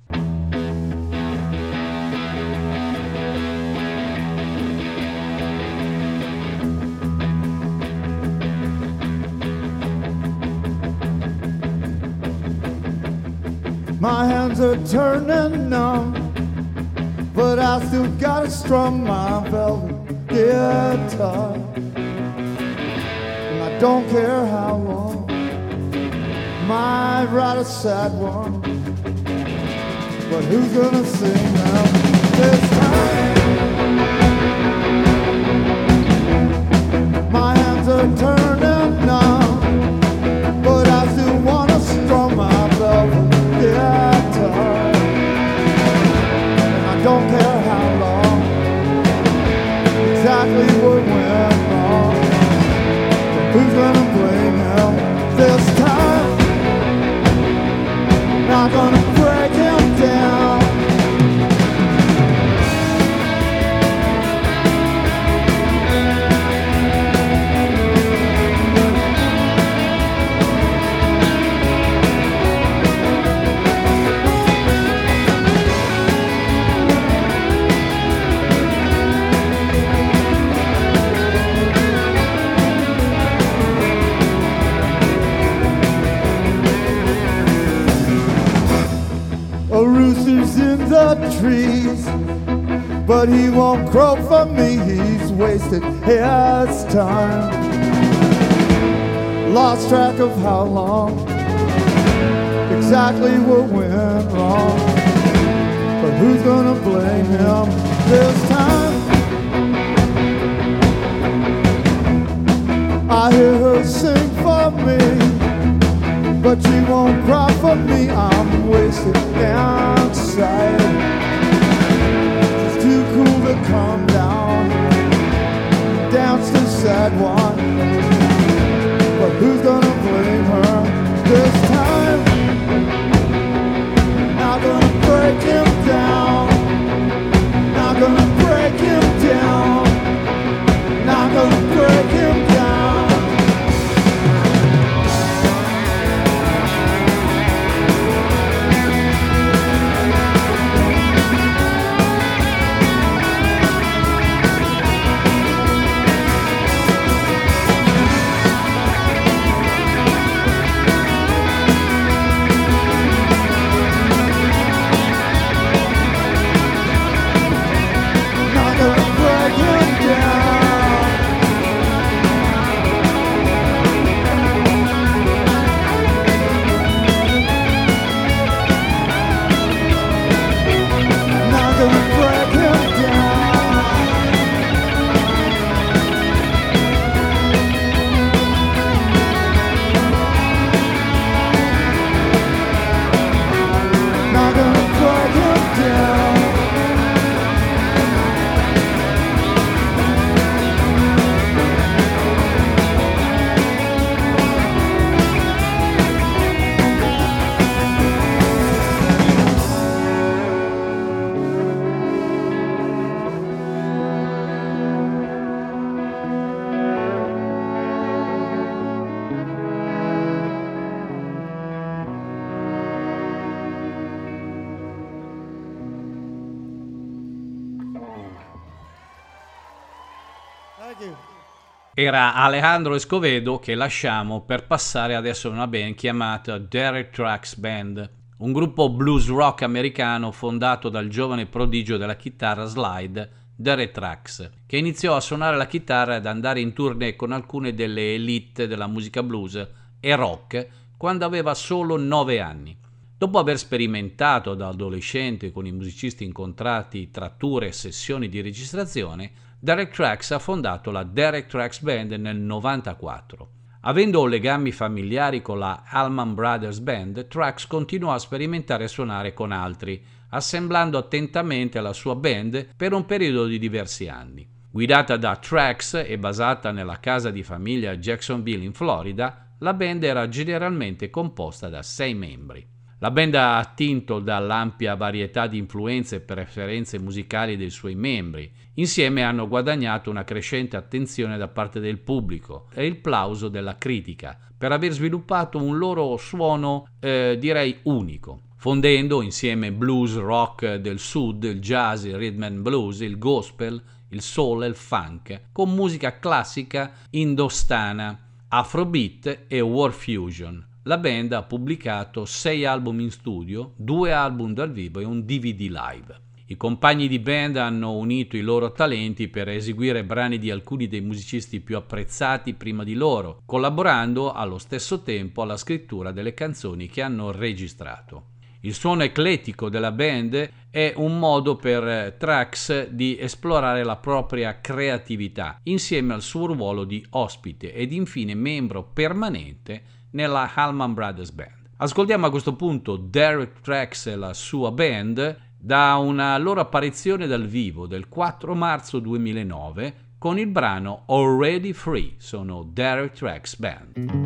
Speaker 6: My hands are turning numb, but I still gotta strum my velvet guitar. And I don't care how long, might write a sad one, but who's gonna sing now this time? My hands are turning numb, but I still wanna strum my velvet guitar. And I don't care how long, exactly what went wrong, but who's gonna blame him this time? Not gonna break him down. A rooster's in the trees, but he won't crow for me. He's wasted his time. Lost track of how long, exactly what went wrong, but who's gonna blame him this time? I hear her sing for me, but she won't cry for me. I'm wasted outside. It's too cool to come down, dance the sad one, but who's gonna blame her this time? Not gonna break him down, not gonna break him down, not gonna break him down.
Speaker 2: Era Alejandro Escovedo, che lasciamo per passare adesso a una band chiamata Derek Trucks Band, un gruppo blues rock americano fondato dal giovane prodigio della chitarra slide Derek Trucks, che iniziò a suonare la chitarra ed andare in tournée con alcune delle elite della musica blues e rock quando aveva solo nove anni. Dopo aver sperimentato da adolescente con i musicisti incontrati tra tour e sessioni di registrazione, Derek Trucks ha fondato la Derek Trucks Band nel novantaquattro. Avendo legami familiari con la Allman Brothers Band, Trax continuò a sperimentare e suonare con altri, assemblando attentamente la sua band per un periodo di diversi anni. Guidata da Trax e basata nella casa di famiglia Jacksonville in Florida, la band era generalmente composta da sei membri. La band ha attinto dall'ampia varietà di influenze e preferenze musicali dei suoi membri. Insieme hanno guadagnato una crescente attenzione da parte del pubblico e il plauso della critica per aver sviluppato un loro suono, eh, direi, unico, fondendo insieme blues rock del sud, il jazz, il rhythm and blues, il gospel, il soul e il funk, con musica classica indostana, afrobeat e world fusion. La band ha pubblicato sei album in studio, due album dal vivo e un D V D live. I compagni di band hanno unito i loro talenti per eseguire brani di alcuni dei musicisti più apprezzati prima di loro, collaborando allo stesso tempo alla scrittura delle canzoni che hanno registrato. Il suono eclettico della band è un modo per Trax di esplorare la propria creatività, insieme al suo ruolo di ospite ed infine membro permanente nella Allman Brothers Band. Ascoltiamo a questo punto Derek Trax e la sua band da una loro apparizione dal vivo del quattro marzo duemilanove con il brano Already Free. Sono Derek Trax Band.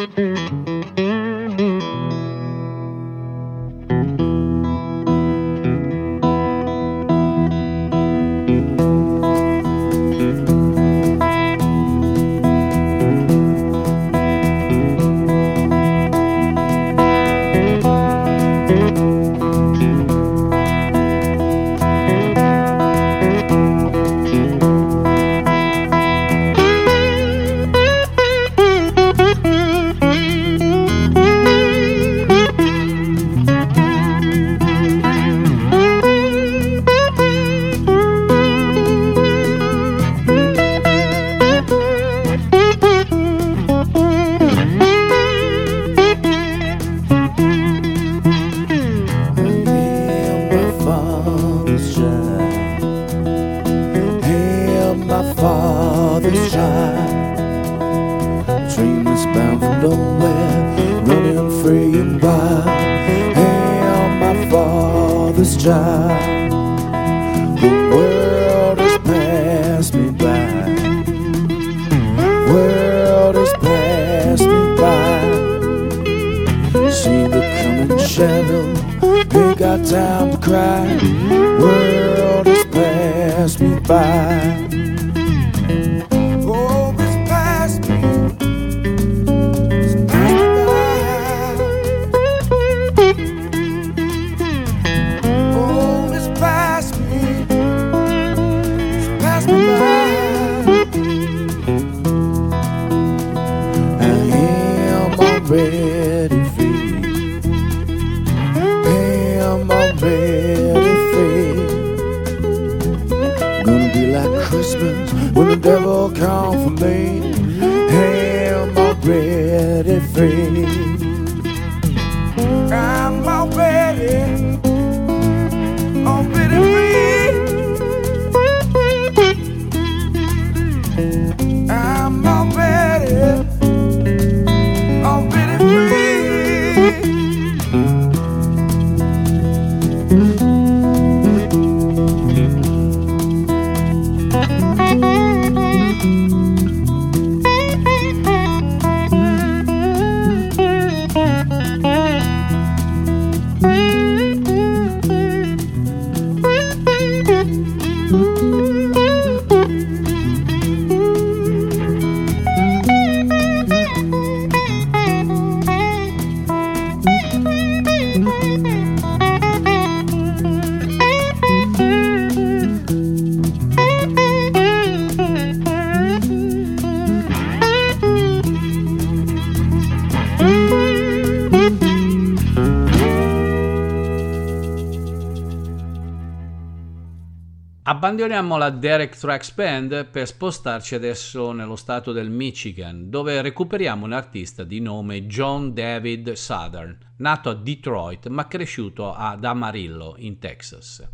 Speaker 2: Abbandoniamo la Derek Trax Band per spostarci adesso nello stato del Michigan, dove recuperiamo un artista di nome John David Southern, nato a Detroit ma cresciuto ad Amarillo, in Texas.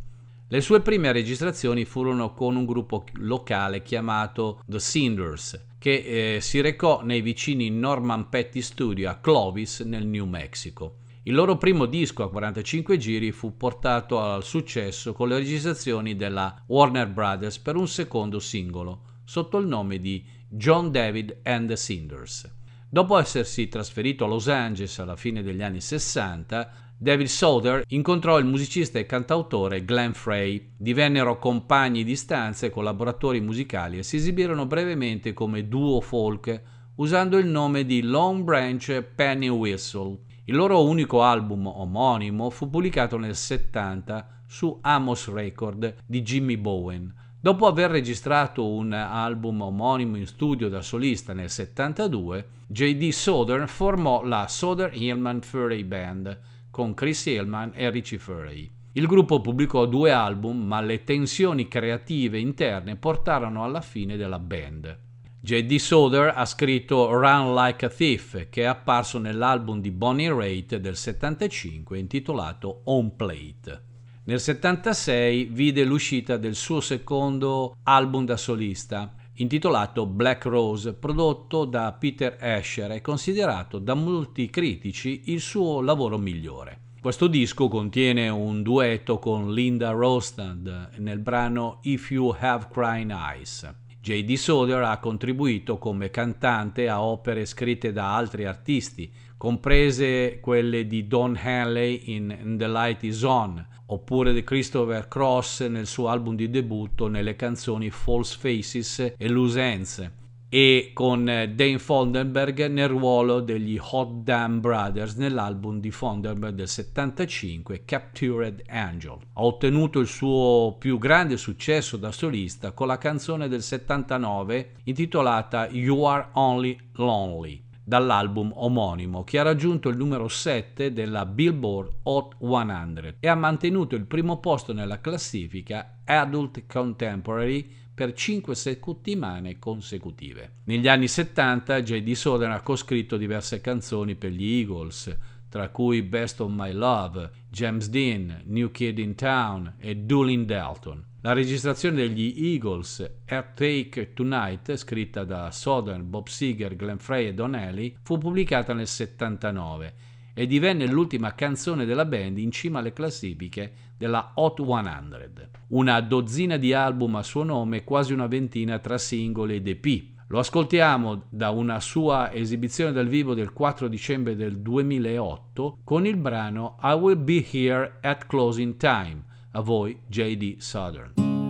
Speaker 2: Le sue prime registrazioni furono con un gruppo locale chiamato The Cinders, che eh, si recò nei vicini Norman Petty Studio a Clovis nel New Mexico. Il loro primo disco a quarantacinque giri fu portato al successo con le registrazioni della Warner Brothers per un secondo singolo, sotto il nome di John David and the Cinders. Dopo essersi trasferito a Los Angeles alla fine degli anni sessanta, David Souther incontrò il musicista e cantautore Glenn Frey, divennero compagni di stanza e collaboratori musicali e si esibirono brevemente come duo folk usando il nome di Long Branch Penny Whistle. Il loro unico album omonimo fu pubblicato nel settanta su Amos Record di Jimmy Bowen. Dopo aver registrato un album omonimo in studio da solista nel settantadue, J D. Souther formò la Souther-Hillman Furey Band con Chris Hillman e Richie Furey. Il gruppo pubblicò due album, ma le tensioni creative interne portarono alla fine della band. J D. Souther ha scritto Run Like a Thief, che è apparso nell'album di Bonnie Raitt del settantacinque intitolato Home Plate. Nel settantasei vide l'uscita del suo secondo album da solista, intitolato Black Rose, prodotto da Peter Asher e considerato da molti critici il suo lavoro migliore. Questo disco contiene un duetto con Linda Ronstadt nel brano If You Have Crying Eyes. J D. Souther ha contribuito come cantante a opere scritte da altri artisti, comprese quelle di Don Henley in And the Light Is On, oppure di Christopher Cross nel suo album di debutto nelle canzoni False Faces e Loose Ends, e con Dane Fondenberg nel ruolo degli Hot Damn Brothers nell'album di Fondenberg del settantacinque Captured Angel. Ha ottenuto il suo più grande successo da solista con la canzone del settantanove intitolata You Are Only Lonely, dall'album omonimo, che ha raggiunto il numero sette della Billboard Hot cento e ha mantenuto il primo posto nella classifica Adult Contemporary per cinque settimane consecutive. Negli anni settanta J D. Souther ha coscritto diverse canzoni per gli Eagles, tra cui Best of My Love, James Dean, New Kid in Town e Doolin Dalton. La registrazione degli Eagles, Earthquake Tonight, scritta da Souther, Bob Seger, Glenn Frey e Don Henley, fu pubblicata nel settantanove e divenne l'ultima canzone della band in cima alle classifiche della Hot cento. Una dozzina di album a suo nome e quasi una ventina tra singoli ed E P. Lo ascoltiamo da una sua esibizione dal vivo del quattro dicembre del duemilaotto con il brano I Will Be Here at Closing Time. A voi J D. Souther.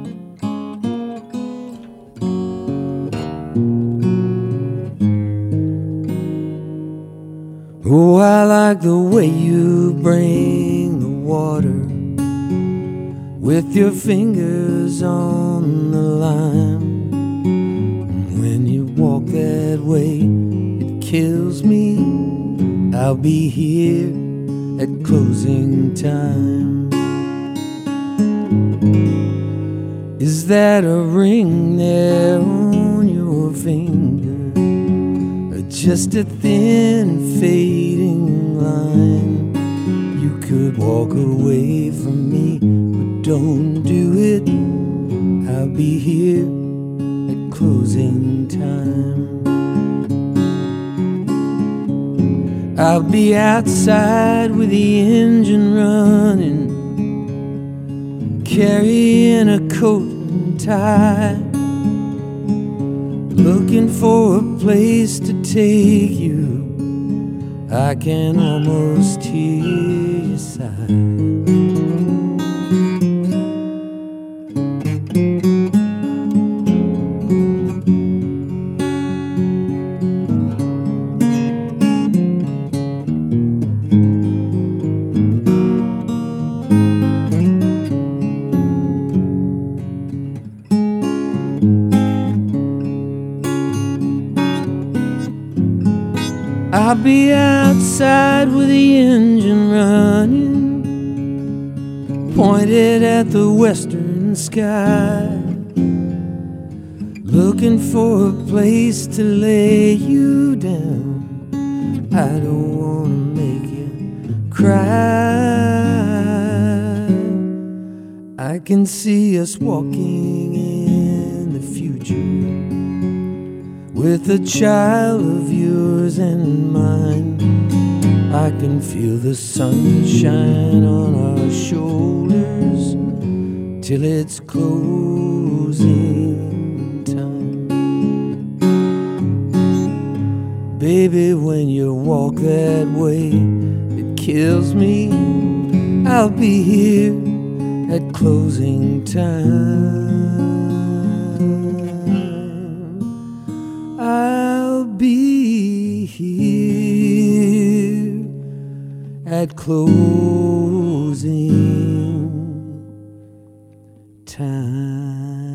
Speaker 5: Oh, I like the way you bring the water with your fingers on the lime. And when you walk that way, it kills me. I'll be here at closing time. Is that a ring there on your finger? Just a thin fading line. You could walk away from me, but don't do it. I'll be here at closing time. I'll be outside with the engine running, carrying a coat and tie, looking for a place to take you. I can almost hear you sigh. I'll be outside with the engine running, pointed at the western sky, looking for a place to lay you down. I don't wanna make you cry. I can see us walking in the future with a child of yours and mine. I can feel the sunshine on our shoulders till it's closing time. Baby, when you walk that way, it kills me. I'll be here at closing time. I'll be here at closing time.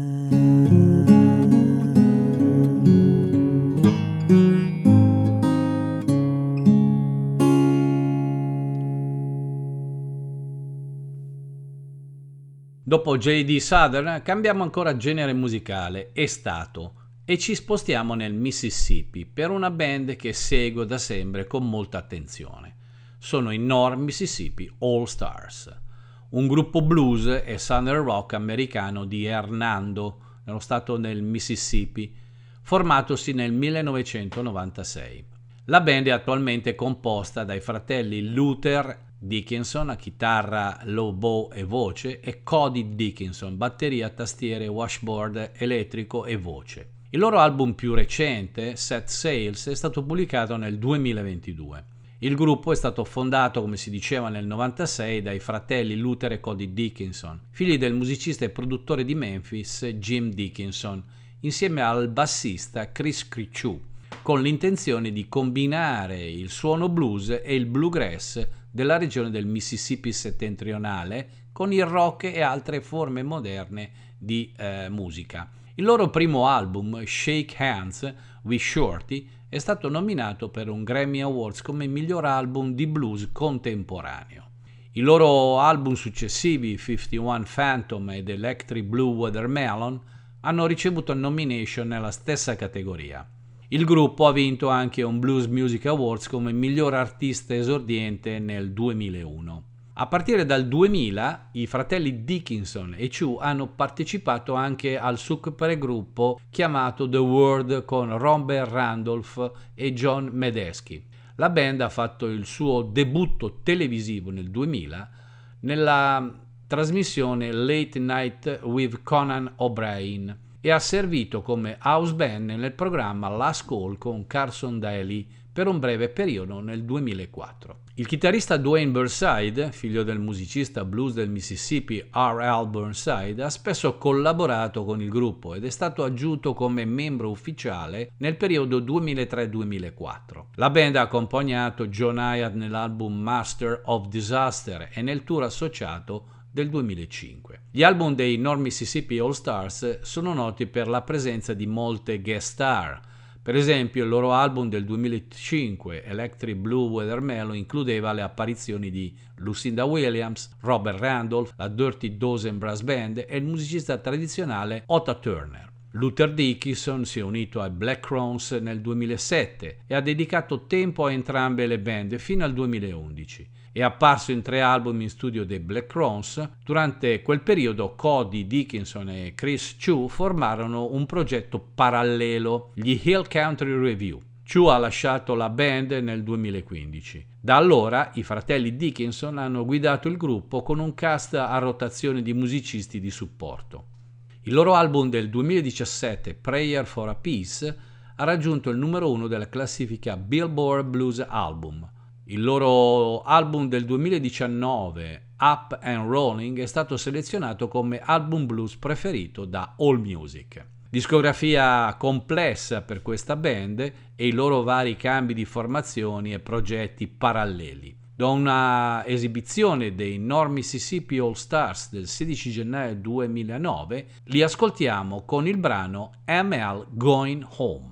Speaker 2: Dopo J D Southern cambiamo ancora genere musicale e stato e ci spostiamo nel Mississippi per una band che seguo da sempre con molta attenzione. Sono i North Mississippi All Stars, un gruppo blues e southern rock americano di Hernando, nello stato del Mississippi, formatosi nel millenovecentonovantasei. La band è attualmente composta dai fratelli Luther Dickinson a chitarra, low bow e voce e Cody Dickinson, batteria, tastiere, washboard, elettrico e voce. Il loro album più recente, Set Sails, è stato pubblicato nel duemilaventidue. Il gruppo è stato fondato, come si diceva, nel novantasei dai fratelli Luther e Cody Dickinson, figli del musicista e produttore di Memphis Jim Dickinson, insieme al bassista Chris Crechu, con l'intenzione di combinare il suono blues e il bluegrass della regione del Mississippi settentrionale con il rock e altre forme moderne di eh, musica. Il loro primo album, Shake Hands with Shorty, è stato nominato per un Grammy Awards come miglior album di blues contemporaneo. I loro album successivi, cinquantuno Phantom ed Electric Blue Watermelon, hanno ricevuto nomination nella stessa categoria. Il gruppo ha vinto anche un Blues Music Awards come miglior artista esordiente nel duemilauno. A partire dal duemila, i fratelli Dickinson e Chu hanno partecipato anche al supergruppo chiamato The World con Robert Randolph e John Medeski. La band ha fatto il suo debutto televisivo nel duemila nella trasmissione Late Night with Conan O'Brien e ha servito come house band nel programma Last Call con Carson Daly per un breve periodo nel duemilaquattro. Il chitarrista Dwayne Burnside, figlio del musicista blues del Mississippi R L Burnside, ha spesso collaborato con il gruppo ed è stato aggiunto come membro ufficiale nel periodo duemilatré duemilaquattro. La band ha accompagnato John Hyatt nell'album Master of Disaster e nel tour associato del duemilacinque. Gli album dei North Mississippi All Stars sono noti per la presenza di molte guest star. Per esempio, il loro album del duemilacinque, Electric Blue Watermelon, includeva le apparizioni di Lucinda Williams, Robert Randolph, la Dirty Dozen Brass Band e il musicista tradizionale Otta Turner. Luther Dickinson si è unito ai Black Crowns nel duemilasette e ha dedicato tempo a entrambe le band fino al duemilaundici. È apparso in tre album in studio dei Black Crowns. Durante quel periodo Cody Dickinson e Chris Chu formarono un progetto parallelo, gli Hill Country Review. Chu ha lasciato la band nel duemilaquindici. Da allora i fratelli Dickinson hanno guidato il gruppo con un cast a rotazione di musicisti di supporto. Il loro album del duemiladiciassette, Prayer for a Peace, ha raggiunto il numero uno della classifica Billboard Blues Album. Il loro album del duemiladiciannove, Up and Rolling, è stato selezionato come album blues preferito da AllMusic. Discografia complessa per questa band e i loro vari cambi di formazioni e progetti paralleli. Da una esibizione dei North Mississippi All Stars del sedici gennaio duemilanove, li ascoltiamo con il brano M L Going Home.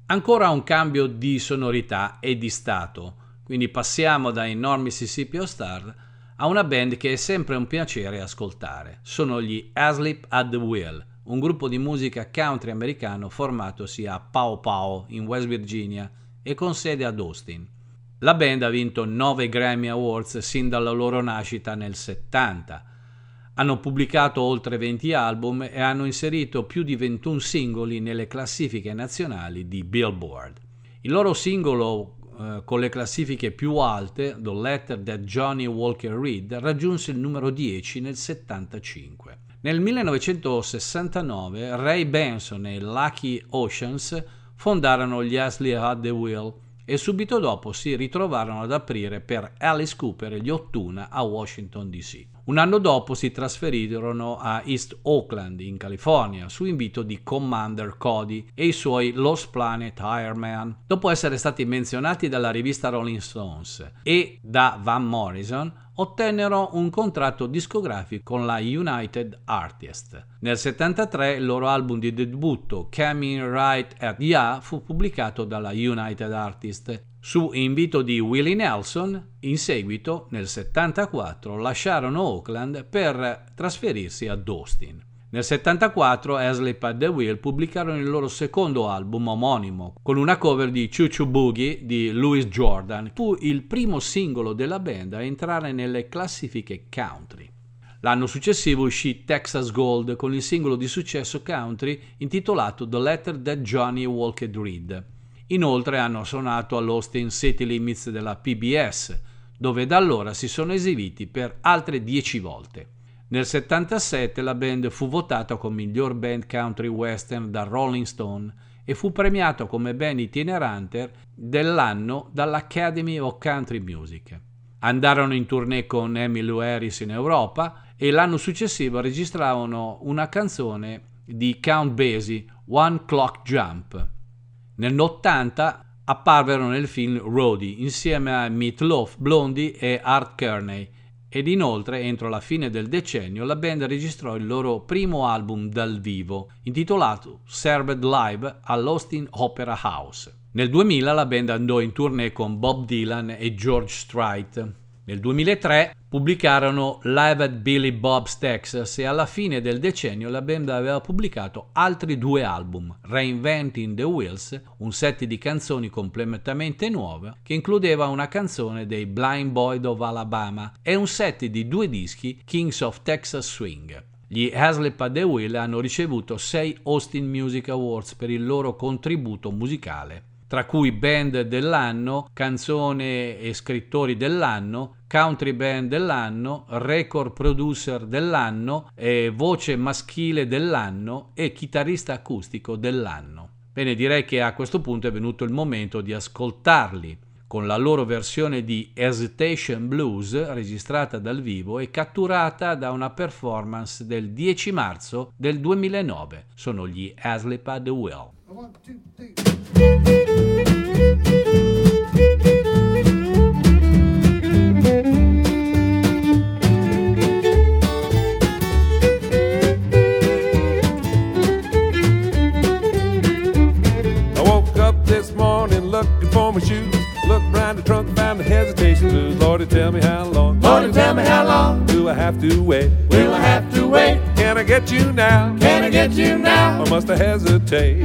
Speaker 2: Ancora un cambio di sonorità e di stato, quindi passiamo dai non Mississippi All Stars a una band che è sempre un piacere ascoltare. Sono gli Asleep at the Wheel, un gruppo di musica country americano formatosi a Paw Paw in West Virginia e con sede ad Austin. La band ha vinto nove Grammy Awards sin dalla loro nascita nel settanta. Hanno pubblicato oltre venti album e hanno inserito più di ventuno singoli nelle classifiche nazionali di Billboard. Il loro singolo eh, con le classifiche più alte, The Letter That Johnny Walker Read, raggiunse il numero dieci nel settantacinque. Nel millenovecentosessantanove Ray Benson e Lucky Oceans fondarono gli Asleep at the Wheel e subito dopo si ritrovarono ad aprire per Alice Cooper e gli Ottuna a Washington D C. Un anno dopo si trasferirono a East Oakland, in California, su invito di Commander Cody e i suoi Lost Planet Hireman. Dopo essere stati menzionati dalla rivista Rolling Stones e da Van Morrison, ottennero un contratto discografico con la United Artists. Nel settantatré il loro album di debutto, Coming Right at Ya, fu pubblicato dalla United Artists. Su invito di Willie Nelson, in seguito, nel settantaquattro, lasciarono Oakland per trasferirsi ad Austin. Nel settantaquattro Asleep at the Wheel pubblicarono il loro secondo album omonimo, con una cover di Choo Choo Boogie di Louis Jordan. Fu il primo singolo della band a entrare nelle classifiche country. L'anno successivo uscì Texas Gold con il singolo di successo country intitolato The Letter That Johnny Walker Read. Inoltre hanno suonato all'Austin City Limits della P B S, dove da allora si sono esibiti per altre dieci volte. Nel settantasette la band fu votata come miglior band country western da Rolling Stone e fu premiato come band itinerante dell'anno dall'Academy of Country Music. Andarono in tournée con Emmylou Harris in Europa e l'anno successivo registrarono una canzone di Count Basie, One Clock Jump. Nell'ottanta apparvero nel film Roadie insieme a Meat Loaf, Blondie e Art Kearney, ed inoltre entro la fine del decennio la band registrò il loro primo album dal vivo intitolato Served Live all'Austin Opera House. Nel duemila la band andò in tournée con Bob Dylan e George Strait. Nel duemilatré pubblicarono Live at Billy Bob's Texas e alla fine del decennio la band aveva pubblicato altri due album, Reinventing the Wheels, un set di canzoni completamente nuove che includeva una canzone dei Blind Boys of Alabama e un set di due dischi, Kings of Texas Swing. Gli Asleep at the Wheel hanno ricevuto sei Austin Music Awards per il loro contributo musicale, tra cui Band dell'anno, Canzone e Scrittori dell'anno, Country Band dell'anno, Record Producer dell'anno, e Voce Maschile dell'anno e Chitarrista Acustico dell'anno. Bene, direi che a questo punto è venuto il momento di ascoltarli con la loro versione di Hesitation Blues registrata dal vivo e catturata da una performance del dieci marzo del duemilanove. Sono gli Asleep at the Wheel.
Speaker 6: One, two, three.
Speaker 7: I woke up this morning looking for my shoes. Looked around the trunk and found the hesitation blues. Lord, tell me how long.
Speaker 8: Lord, tell me how long
Speaker 7: do I have to wait?
Speaker 8: will I have to wait?
Speaker 7: Can I get you now?
Speaker 8: Can I get you now?
Speaker 7: Or must I hesitate?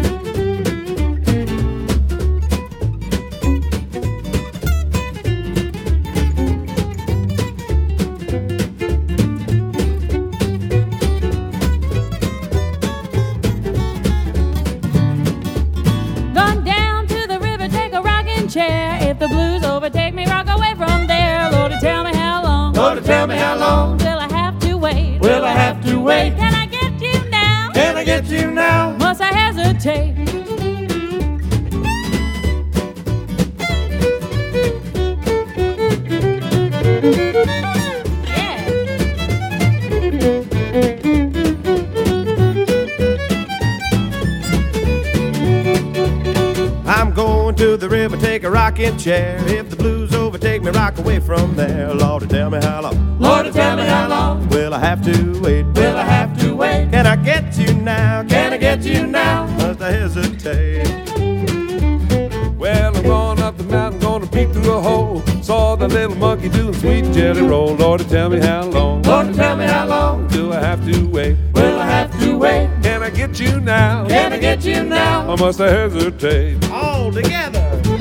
Speaker 4: Gone down to the river, take a rocking chair. If the blues overtake me, rock away from there. Lord, tell me how long.
Speaker 8: Lord, tell me how long
Speaker 4: Will I have to wait?
Speaker 8: will I have to wait?
Speaker 4: Can I get you now?
Speaker 8: Can I get you now?
Speaker 4: Must I hesitate?
Speaker 8: I'm going to the river, take a rocking chair. If the blues overtake me, rock away from there. Lord, tell me how long. Lord, tell me how long
Speaker 6: Will I have to wait?
Speaker 8: will I have to wait?
Speaker 6: Can I get you now?
Speaker 8: Can I get you now?
Speaker 6: Must I hesitate?
Speaker 7: a little monkey doing sweet jelly roll. Lord, tell me how long. Lord, tell me how long do I have to wait? Will I have to wait? Can I get you now? Can I get you now? Or must I hesitate?
Speaker 8: All together.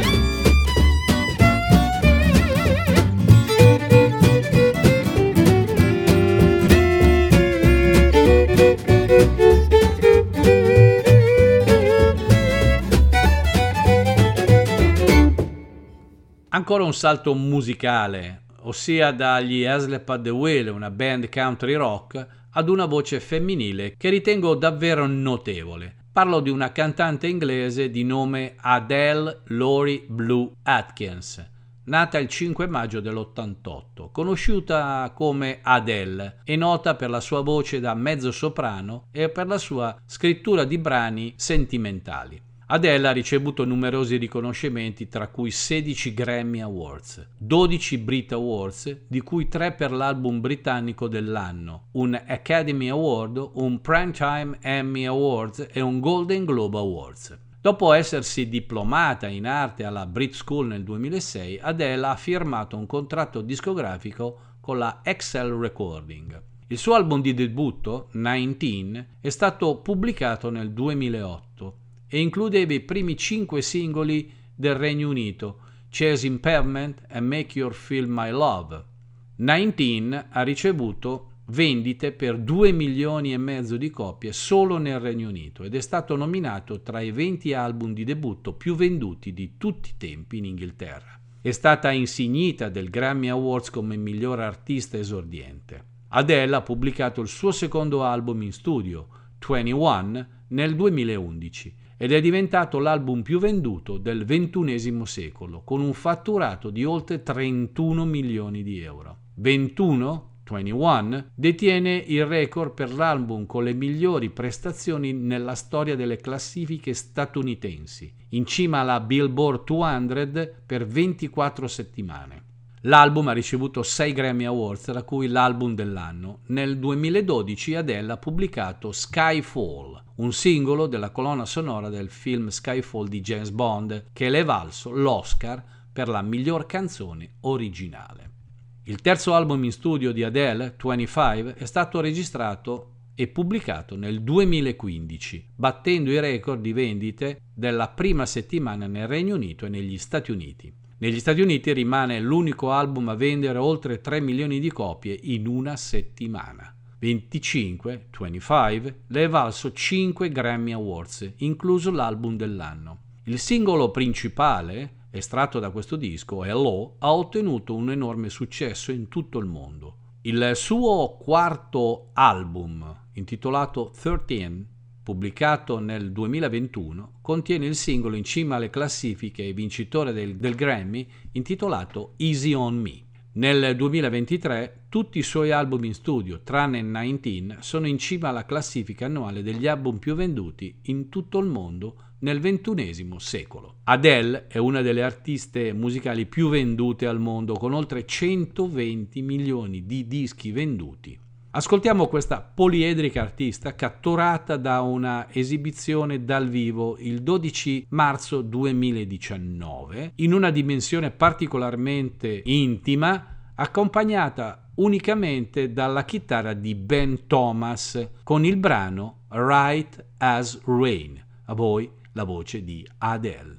Speaker 2: Ancora un salto musicale, ossia dagli Aslap at the Wheel, una band country rock, ad una voce femminile che ritengo davvero notevole. Parlo di una cantante inglese di nome Adele Laurie Blue Atkins, nata il cinque maggio dell'ottantotto, conosciuta come Adele e nota per la sua voce da mezzo soprano e per la sua scrittura di brani sentimentali. Adele ha ricevuto numerosi riconoscimenti, tra cui sedici Grammy Awards, dodici Brit Awards, di cui tre per l'album britannico dell'anno, un Academy Award, un Primetime Emmy Awards e un Golden Globe Awards. Dopo essersi diplomata in arte alla Brit School nel duemilasei, Adele ha firmato un contratto discografico con la Excel Recording. Il suo album di debutto, diciannove, è stato pubblicato nel duemilaotto e includeva i primi cinque singoli del Regno Unito, Chasing Pavement e Make You Feel My Love. diciannove ha ricevuto vendite per due milioni e mezzo di copie solo nel Regno Unito ed è stato nominato tra i venti album di debutto più venduti di tutti i tempi in Inghilterra. È stata insignita del Grammy Awards come miglior artista esordiente. Adele ha pubblicato il suo secondo album in studio, ventuno, nel duemilaundici ed è diventato l'album più venduto del ventunesimo secolo, con un fatturato di oltre trentuno milioni di euro. ventuno, ventuno, detiene il record per l'album con le migliori prestazioni nella storia delle classifiche statunitensi, in cima alla Billboard duecento per ventiquattro settimane. L'album ha ricevuto sei Grammy Awards, tra cui l'album dell'anno. Nel duemiladodici Adele ha pubblicato Skyfall, un singolo della colonna sonora del film Skyfall di James Bond, che le è valso l'Oscar per la miglior canzone originale. Il terzo album in studio di Adele, venticinque, è stato registrato e pubblicato nel duemilaquindici, battendo i record di vendite della prima settimana nel Regno Unito e negli Stati Uniti. Negli Stati Uniti rimane l'unico album a vendere oltre tre milioni di copie in una settimana. venticinque, venticinque, le è valso cinque Grammy Awards, incluso l'album dell'anno. Il singolo principale, estratto da questo disco, Hello, ha ottenuto un enorme successo in tutto il mondo. Il suo quarto album, intitolato tredici, pubblicato nel duemilaventuno, contiene il singolo in cima alle classifiche e vincitore del, del Grammy, intitolato Easy on Me. Nel duemilaventitré tutti i suoi album in studio, tranne diciannove, sono in cima alla classifica annuale degli album più venduti in tutto il mondo nel ventunesimo secolo. Adele è una delle artiste musicali più vendute al mondo, con oltre centoventi milioni di dischi venduti. Ascoltiamo questa poliedrica artista catturata da una esibizione dal vivo il dodici marzo duemiladiciannove in una dimensione particolarmente intima, accompagnata unicamente dalla chitarra di Ben Thomas con il brano Right as Rain. A voi la voce di Adele.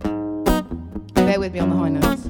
Speaker 9: Bear with me on the high notes.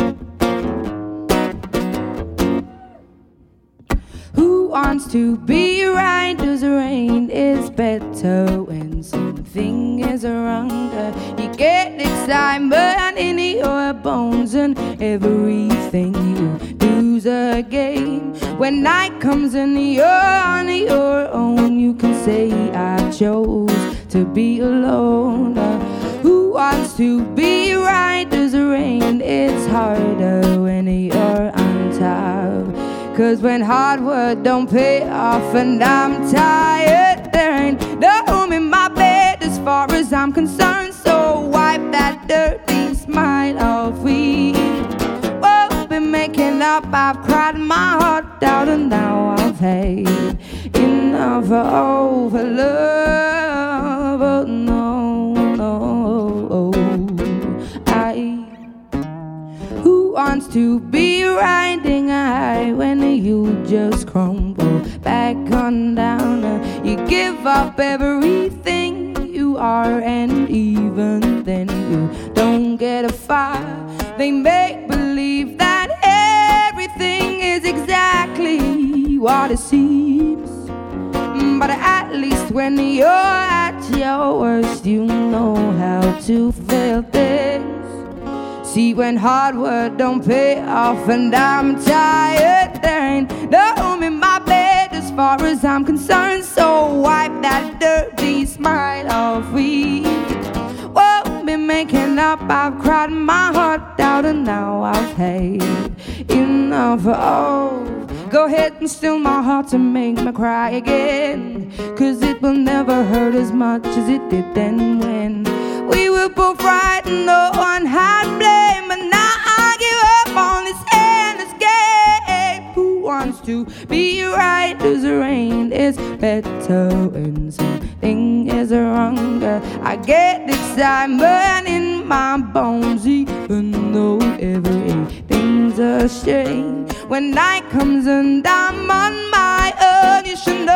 Speaker 9: Who wants to be right as rain? It's better when something is wrong. You get excitement in your bones, and everything you do's a game. When night comes and you're on your own, you can say I chose to be alone. Who wants to be right as rain? It's harder when you're on top. Cause when hard work don't pay off and I'm tired, there ain't no room in my bed as far as I'm concerned. So wipe that dirty smile off. We won't be making up. I've cried my heart out and now I've had enough of love. Oh no, no, I. Who wants to be riding high when you just crumble back on down? You give up everything you are, and even then you don't get a fire. They make believe that everything is exactly what it seems, but at least when you're at your worst, you know how to feel things. See, when hard work don't pay off and I'm tired, there ain't no room in my bed as far as I'm concerned. So wipe that dirty smile off me. Won't be making up, I've cried my heart out and now I've had enough. Oh, go ahead and steal my heart to make me cry again, 'cause it will never hurt as much as it did then when we were both right and no one had blame. But now I give up on this endless game. Who wants to be right? Does the rain is better when something is wrong. I get excitement in my bones, even though everything's a shame. When night comes and I'm on my own, you should know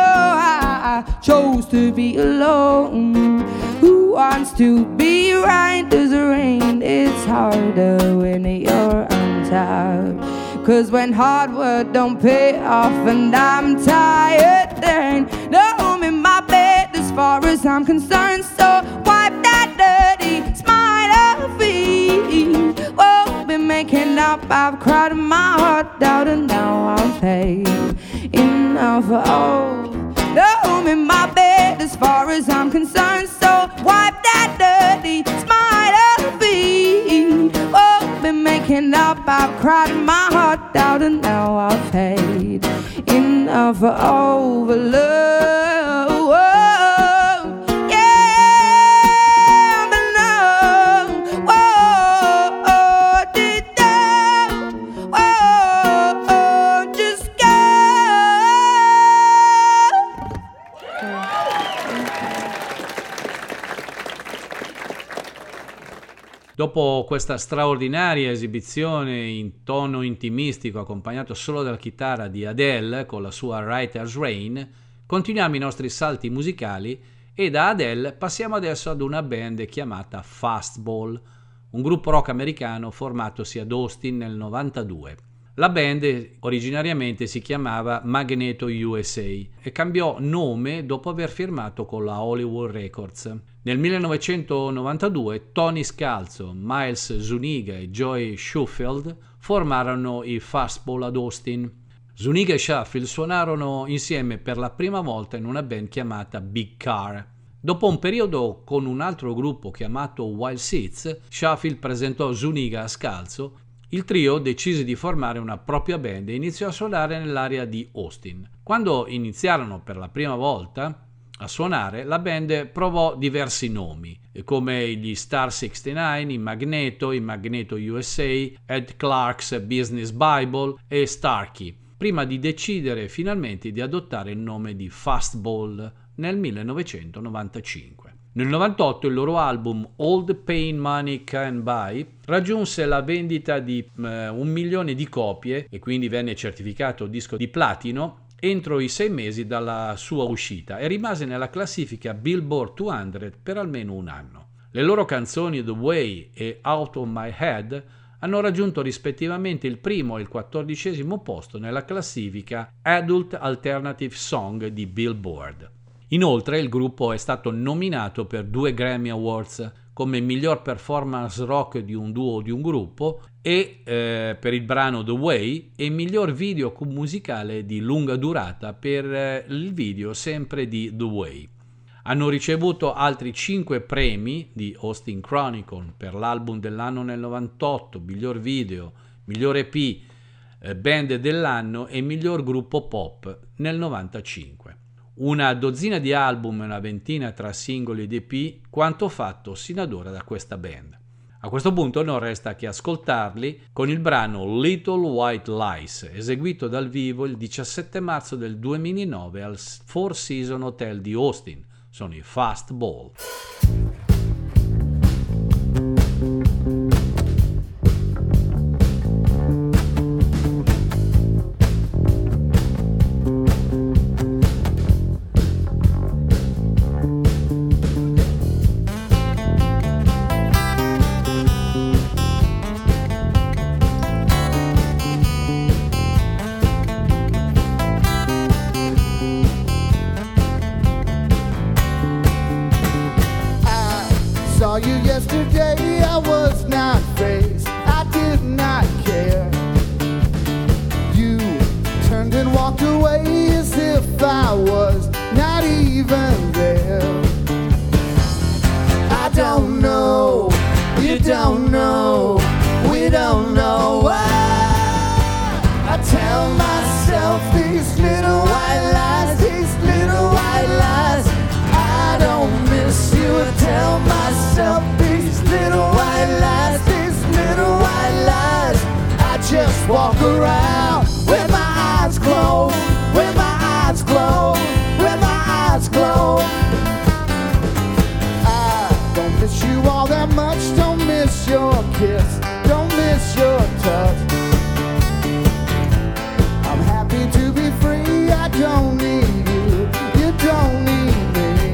Speaker 9: I chose to be alone. Who wants to be right? Does the rain? It's harder when you're on top. 'Cause when hard work don't pay off and I'm tired, there ain't no room in my bed as far as I'm concerned. So wipe that dirty smile off me. Won't be making up, I've cried my heart out and now I've paid enough. Oh, no room in my bed as far as I'm concerned. So wipe that dirty smile off me. Won't be making up, I've cried my heart out and now I've paid enough over love. Oh, yeah, but no, oh, oh, did that, oh, oh, just go.
Speaker 2: Dopo questa straordinaria esibizione in tono intimistico accompagnato solo dalla chitarra di Adele con la sua Writer's Rain, continuiamo i nostri salti musicali e da Adele passiamo adesso ad una band chiamata Fastball, un gruppo rock americano formatosi ad Austin nel novantadue. La band originariamente si chiamava Magneto U S A e cambiò nome dopo aver firmato con la Hollywood Records. Nel millenovecentonovantadue Tony Scalzo, Miles Zuniga e Joey Shuffield formarono i Fastball ad Austin. Zuniga e Shuffield suonarono insieme per la prima volta in una band chiamata Big Car. Dopo un periodo con un altro gruppo chiamato Wild Seeds, Shuffield presentò Zuniga a Scalzo. Il trio decise di formare una propria band e iniziò a suonare nell'area di Austin. Quando iniziarono per la prima volta a suonare, la band provò diversi nomi, come gli Star sessantanove, i Magneto, i Magneto U S A, Ed Clark's Business Bible e Starkey, prima di decidere finalmente di adottare il nome di Fastball nel millenovecentonovantacinque. Nel novantotto il loro album All the Pain Money Can Buy raggiunse la vendita di eh, un milione di copie e quindi venne certificato disco di platino entro i sei mesi dalla sua uscita e rimase nella classifica Billboard duecento per almeno un anno. Le loro canzoni The Way e Out of My Head hanno raggiunto rispettivamente il primo e il quattordicesimo posto nella classifica Adult Alternative Song di Billboard. Inoltre il gruppo è stato nominato per due Grammy Awards come miglior performance rock di un duo o di un gruppo e eh, per il brano The Way e miglior video musicale di lunga durata per eh, il video sempre di The Way. Hanno ricevuto altri cinque premi di Austin Chronicle per l'album dell'anno nel novantotto, miglior video, miglior E P, eh, band dell'anno e miglior gruppo pop nel novantacinque. Una dozzina di album e una ventina tra singoli ed E P, quanto fatto sino ad ora da questa band. A questo punto non resta che ascoltarli con il brano Little White Lies, eseguito dal vivo il diciassette marzo del duemilanove al Four Seasons Hotel di Austin. Sono i Fastball.
Speaker 6: you yesterday, I was not faced, I did not care. You turned and walked away as if I was not even there. I don't know, you don't know, we don't know why. I tell myself these little white lies, these little white lies. I don't miss you. I tell myself these little white lies, these little white lies. I just walk around with my eyes closed, with my eyes closed, with my eyes closed. I don't miss you all that much, don't miss your kiss, don't miss your touch. I'm happy to be free, I don't need you, you don't need me.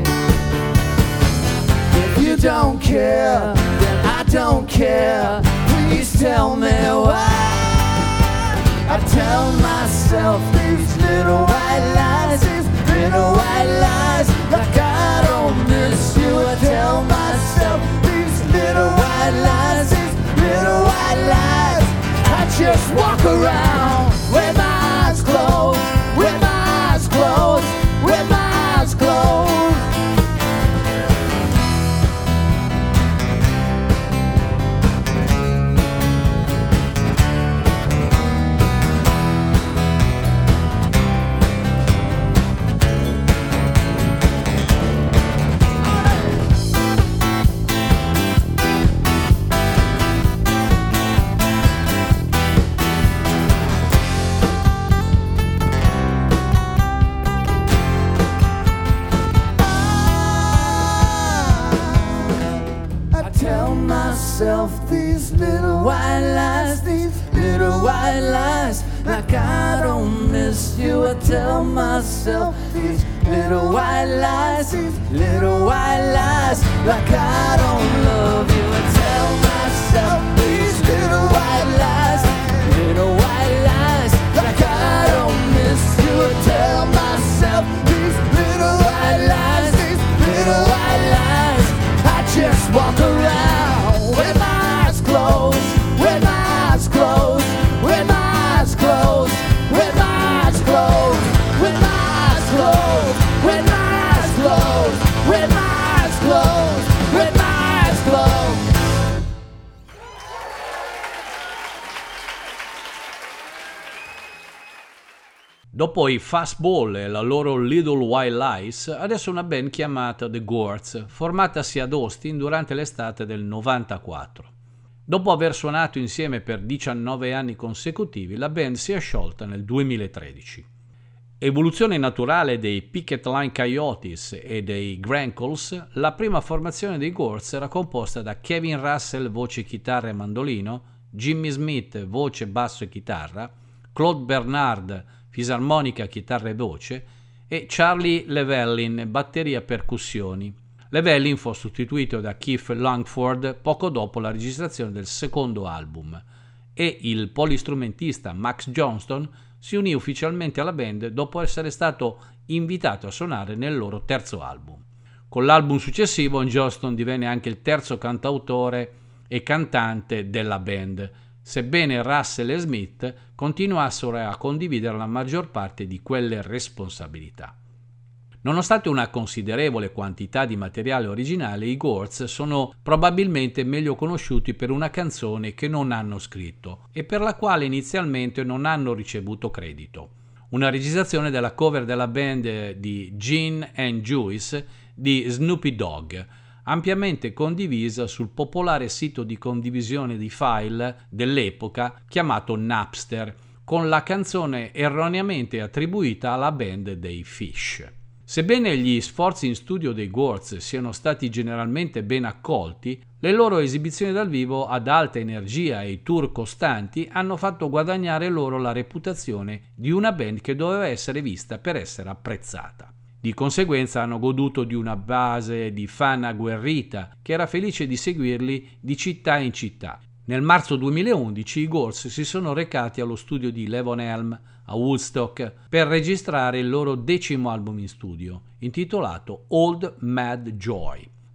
Speaker 6: If you don't care, then I don't care, please tell me why. I tell myself these little white lies, these little white lies, like I don't miss you. I tell myself these little white lies, these little white lies. I just walk around with my eyes closed, with my eyes closed, with my eyes closed. These little white lies, these little white lies, like I don't miss you. I tell myself these little white lies, these little white lies, like I don't love you. I tell myself these little white lies, little white lies, like I don't miss you. I tell myself these little white lies, these little white lies. I just walk around with my closed, with my eyes closed, with my eyes closed, with my eyes closed, with my eyes closed, with my eyes closed, with my eyes closed, with my eyes closed.
Speaker 2: Dopo i Fastball e la loro Little White Lies, adesso una band chiamata The Gourds, formatasi ad Austin durante l'estate del novantaquattro. Dopo aver suonato insieme per diciannove anni consecutivi, la band si è sciolta nel duemilatredici. Evoluzione naturale dei Picket Line Coyotes e dei Grankles, la prima formazione dei Gourds era composta da Kevin Russell, voce, chitarra e mandolino, Jimmy Smith, voce, basso e chitarra, Claude Bernard, fisarmonica, chitarra e voce, e Charlie Llewellyn, batteria e percussioni. Llewellyn fu sostituito da Keith Langford poco dopo la registrazione del secondo album e il polistrumentista Max Johnston si unì ufficialmente alla band dopo essere stato invitato a suonare nel loro terzo album. Con l'album successivo Johnston divenne anche il terzo cantautore e cantante della band, sebbene Russell e Smith continuassero a condividere la maggior parte di quelle responsabilità. Nonostante una considerevole quantità di materiale originale, i Gourds sono probabilmente meglio conosciuti per una canzone che non hanno scritto e per la quale inizialmente non hanno ricevuto credito. Una registrazione della cover della band di Gin and Juice di Snoopy Dogg, ampiamente condivisa sul popolare sito di condivisione di file dell'epoca chiamato Napster, con la canzone erroneamente attribuita alla band dei Fish. Sebbene gli sforzi in studio dei Gourds siano stati generalmente ben accolti, le loro esibizioni dal vivo ad alta energia e i tour costanti hanno fatto guadagnare loro la reputazione di una band che doveva essere vista per essere apprezzata. Di conseguenza hanno goduto di una base di fan agguerrita che era felice di seguirli di città in città. Nel marzo duemilaundici i Gourds si sono recati allo studio di Levon Helm a Woodstock per registrare il loro decimo album in studio, intitolato Old Mad Joy.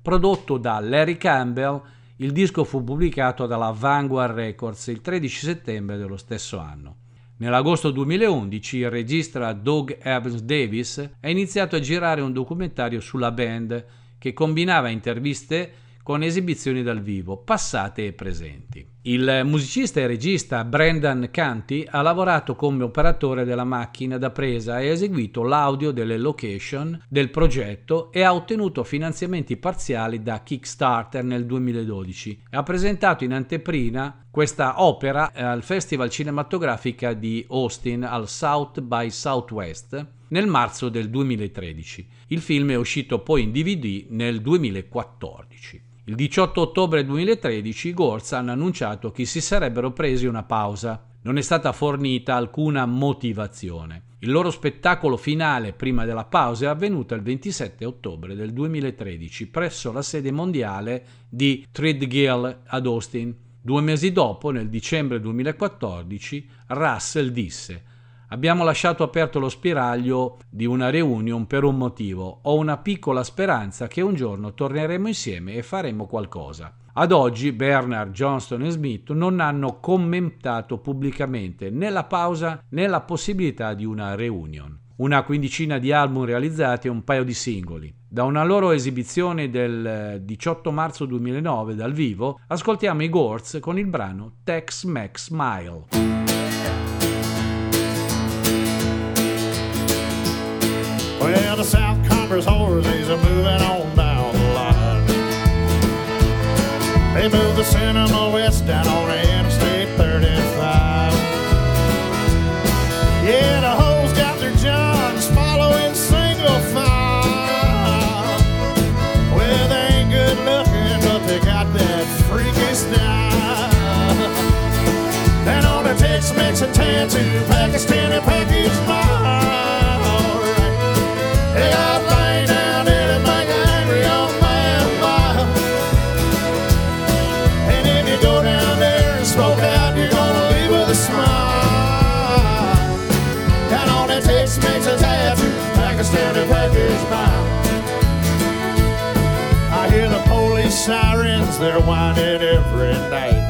Speaker 2: prodotto da Larry Campbell. Il disco fu pubblicato dalla Vanguard Records il tredici settembre dello stesso anno. Nell'agosto duemilaundici il regista Doug Evans Davis ha iniziato a girare un documentario sulla band che combinava interviste con esibizioni dal vivo, passate e presenti. Il musicista e regista Brendan Canty ha lavorato come operatore della macchina da presa e ha eseguito l'audio delle location del progetto e ha ottenuto finanziamenti parziali da Kickstarter nel duemiladodici e ha presentato in anteprima questa opera al Festival Cinematografica di Austin al South by Southwest nel marzo del duemilatredici. Il film è uscito poi in D V D nel duemilaquattordici. Il diciotto ottobre duemilatredici i Gorz hanno annunciato che si sarebbero presi una pausa. Non è stata fornita alcuna motivazione. Il loro spettacolo finale prima della pausa è avvenuto il ventisette ottobre del duemilatredici presso la sede mondiale di Threadgill ad Austin. Due mesi dopo, nel dicembre duemilaquattordici, Russell disse: "Abbiamo lasciato aperto lo spiraglio di una reunion per un motivo. Ho una piccola speranza che un giorno torneremo insieme e faremo qualcosa." Ad oggi Bernard, Johnston e Smith non hanno commentato pubblicamente né la pausa né la possibilità di una reunion. Una quindicina di album realizzati e un paio di singoli. Da una loro esibizione del diciotto marzo duemilanove dal vivo, ascoltiamo i Gorz con il brano Tex-Mex Smile.
Speaker 10: Well, the South Congress horses are moving on down the line. They move the Cinema West down on Interstate thirty-five. Yeah, the hoes got their Johns following single file. Well, they ain't good looking, but they got that freaky style. And on the Tex-Mex and tattoo, Pakistani package smile. They got thing down there that make you angry on man mile. And if you go down there and smoke out, you're gonna leave with a smile. Down on that Tex-Mex and tattoo, Pakistani package smile. I hear the police sirens, they're whining every night.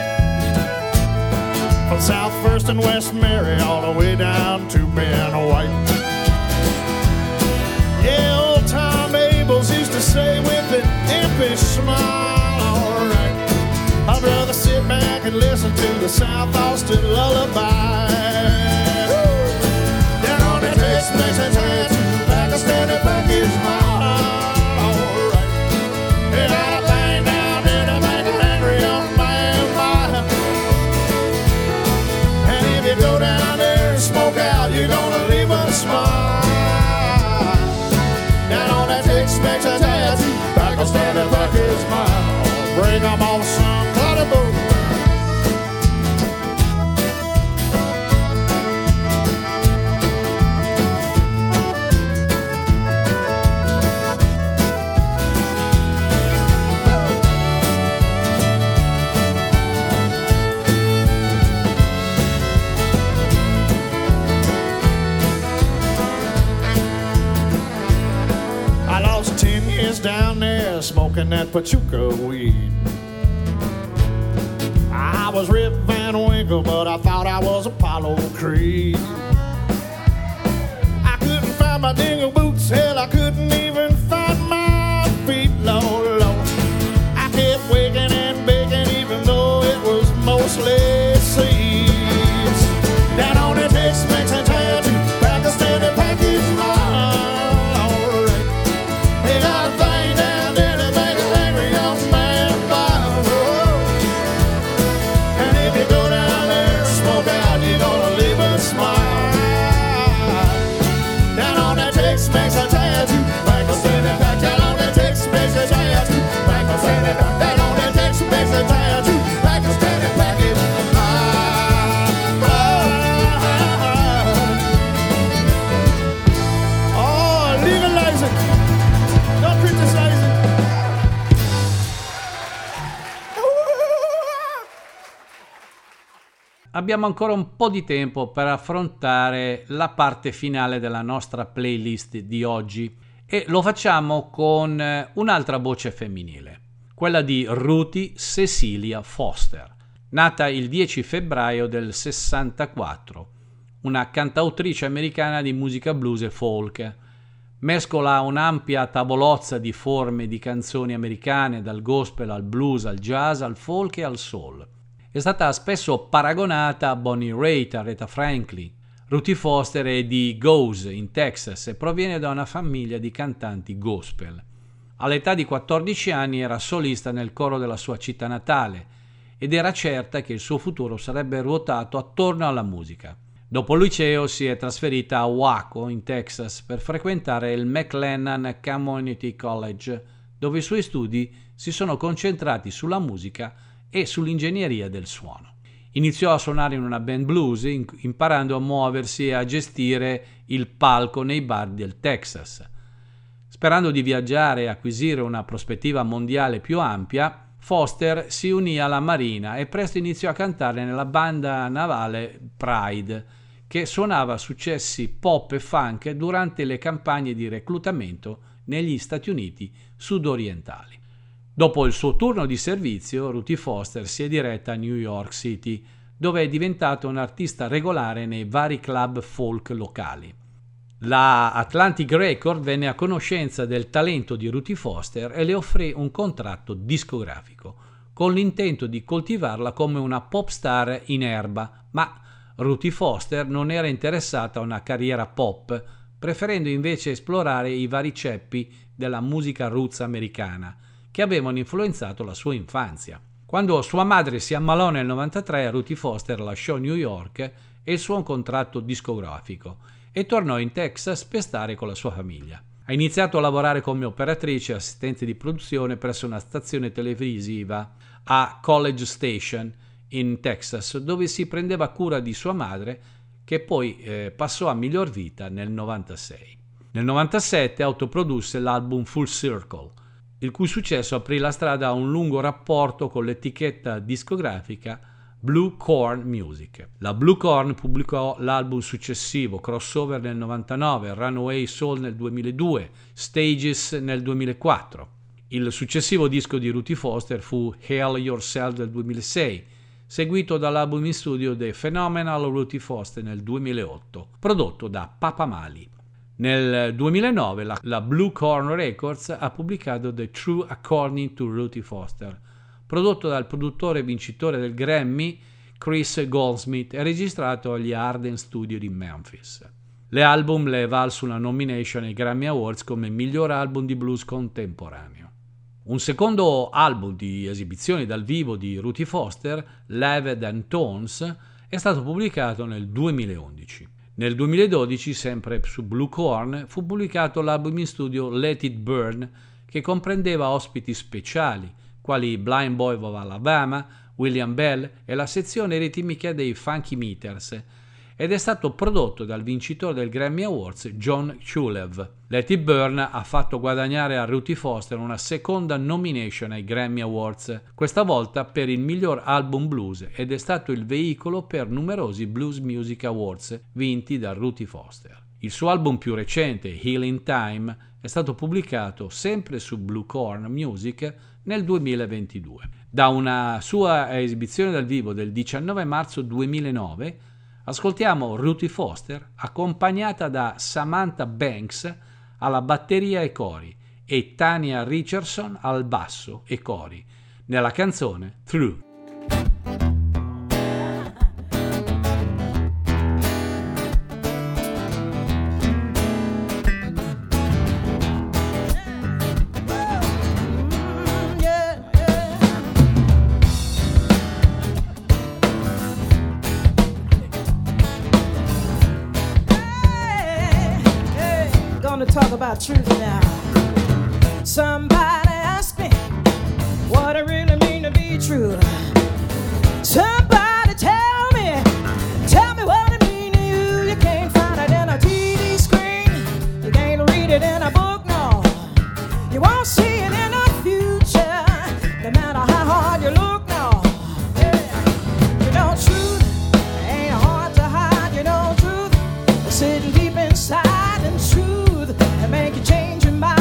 Speaker 10: From South First and West Mary all the way down to Ben White. Yeah, old Tom Abels used to say with an impish smile, alright, I'd rather sit back and listen to the South Austin lullaby. Down on the Tex-Mex and tattoo, Pakistani package smile, alright. They got a thing down there to make you angry on man mile. And if you go down there and smoke out, you're gonna leave a smile. Tex-Mex and tattoo, Pakistani package smile. Bring 'em on some bloody boat. Down there smoking that Pachuca weed. I was Rip Van Winkle, but I thought I was Apollo Creed. I couldn't find my dingle boots, hell, I couldn't even find my feet, Lord, Lord. I kept waking and baking, even though it was mostly seeds. Down on the Tex-Mex and tattoo, Pakistani package smile.
Speaker 2: Abbiamo ancora un po' di tempo per affrontare la parte finale della nostra playlist di oggi e lo facciamo con un'altra voce femminile, quella di Ruthie Cecilia Foster, nata il dieci febbraio del sessantaquattro, una cantautrice americana di musica blues e folk. Mescola un'ampia tavolozza di forme di canzoni americane, dal gospel al blues, al jazz, al folk e al soul. È stata spesso paragonata a Bonnie Raitt, Aretha Franklin. Ruthie Foster è di Gause, in Texas, e proviene da una famiglia di cantanti gospel. All'età di quattordici anni era solista nel coro della sua città natale ed era certa che il suo futuro sarebbe ruotato attorno alla musica. Dopo il liceo si è trasferita a Waco, in Texas, per frequentare il McLennan Community College, dove i suoi studi si sono concentrati sulla musica e sull'ingegneria del suono. Iniziò a suonare in una band blues, imparando a muoversi e a gestire il palco nei bar del Texas. Sperando di viaggiare e acquisire una prospettiva mondiale più ampia, Foster si unì alla Marina e presto iniziò a cantare nella banda navale Pride, che suonava successi pop e funk durante le campagne di reclutamento negli Stati Uniti sudorientali. Dopo il suo turno di servizio, Ruthie Foster si è diretta a New York City, dove è diventata un artista regolare nei vari club folk locali. La Atlantic Record venne a conoscenza del talento di Ruthie Foster e le offrì un contratto discografico, con l'intento di coltivarla come una pop star in erba, ma Ruthie Foster non era interessata a una carriera pop, preferendo invece esplorare i vari ceppi della musica roots americana, che avevano influenzato la sua infanzia. Quando sua madre si ammalò nel novantatré, Ruthie Foster lasciò New York e il suo contratto discografico e tornò in Texas per stare con la sua famiglia. Ha iniziato a lavorare come operatrice e assistente di produzione presso una stazione televisiva a College Station in Texas, dove si prendeva cura di sua madre, che poi eh, passò a miglior vita nel novantasei. Nel novantasette autoprodusse l'album Full Circle, il cui successo aprì la strada a un lungo rapporto con l'etichetta discografica Blue Corn Music. La Blue Corn pubblicò l'album successivo, Crossover nel novantanove, Runaway Soul nel duemiladue, Stages nel duemilaquattro. Il successivo disco di Ruthie Foster fu Hail Yourself del duemilasei, seguito dall'album in studio The Phenomenal Ruthie Foster nel duemilaotto, prodotto da Papa Mali. Nel duemilanove la, la Blue Corn Records ha pubblicato The True According to Ruthie Foster, prodotto dal produttore vincitore del Grammy Chris Goldsmith e registrato agli Arden Studio di Memphis. L'album le è valso una nomination ai Grammy Awards come miglior album di blues contemporaneo. Un secondo album di esibizioni dal vivo di Ruthie Foster, Live and Tones, è stato pubblicato nel duemilaundici. Nel duemiladodici, sempre su Blue Corn, fu pubblicato l'album in studio Let It Burn, che comprendeva ospiti speciali, quali Blind Boy of Alabama, William Bell e la sezione ritmica dei Funky Meters, ed è stato prodotto dal vincitore del Grammy Awards John Kulev. Let It Burn ha fatto guadagnare a Ruthie Foster una seconda nomination ai Grammy Awards, questa volta per il miglior album blues, ed è stato il veicolo per numerosi Blues Music Awards vinti da Ruthie Foster. Il suo album più recente, Healing Time, è stato pubblicato sempre su Blue Corn Music nel duemilaventidue. Da una sua esibizione dal vivo del diciannove marzo duemilanove ascoltiamo Ruthie Foster accompagnata da Samantha Banks alla batteria e cori e Tanya Richardson al basso e cori nella canzone Through.
Speaker 11: Talk about truth now. Somebody asked me what it really mean to be true. Somebody tell me, tell me what it mean to you. You can't find it in a T V screen. You can't read it in a book, no. You won't see it in the future, no matter how hard you look, no. Yeah. You know truth ain't hard to hide. You know truth is sitting deep inside, and truth and make you change your mind.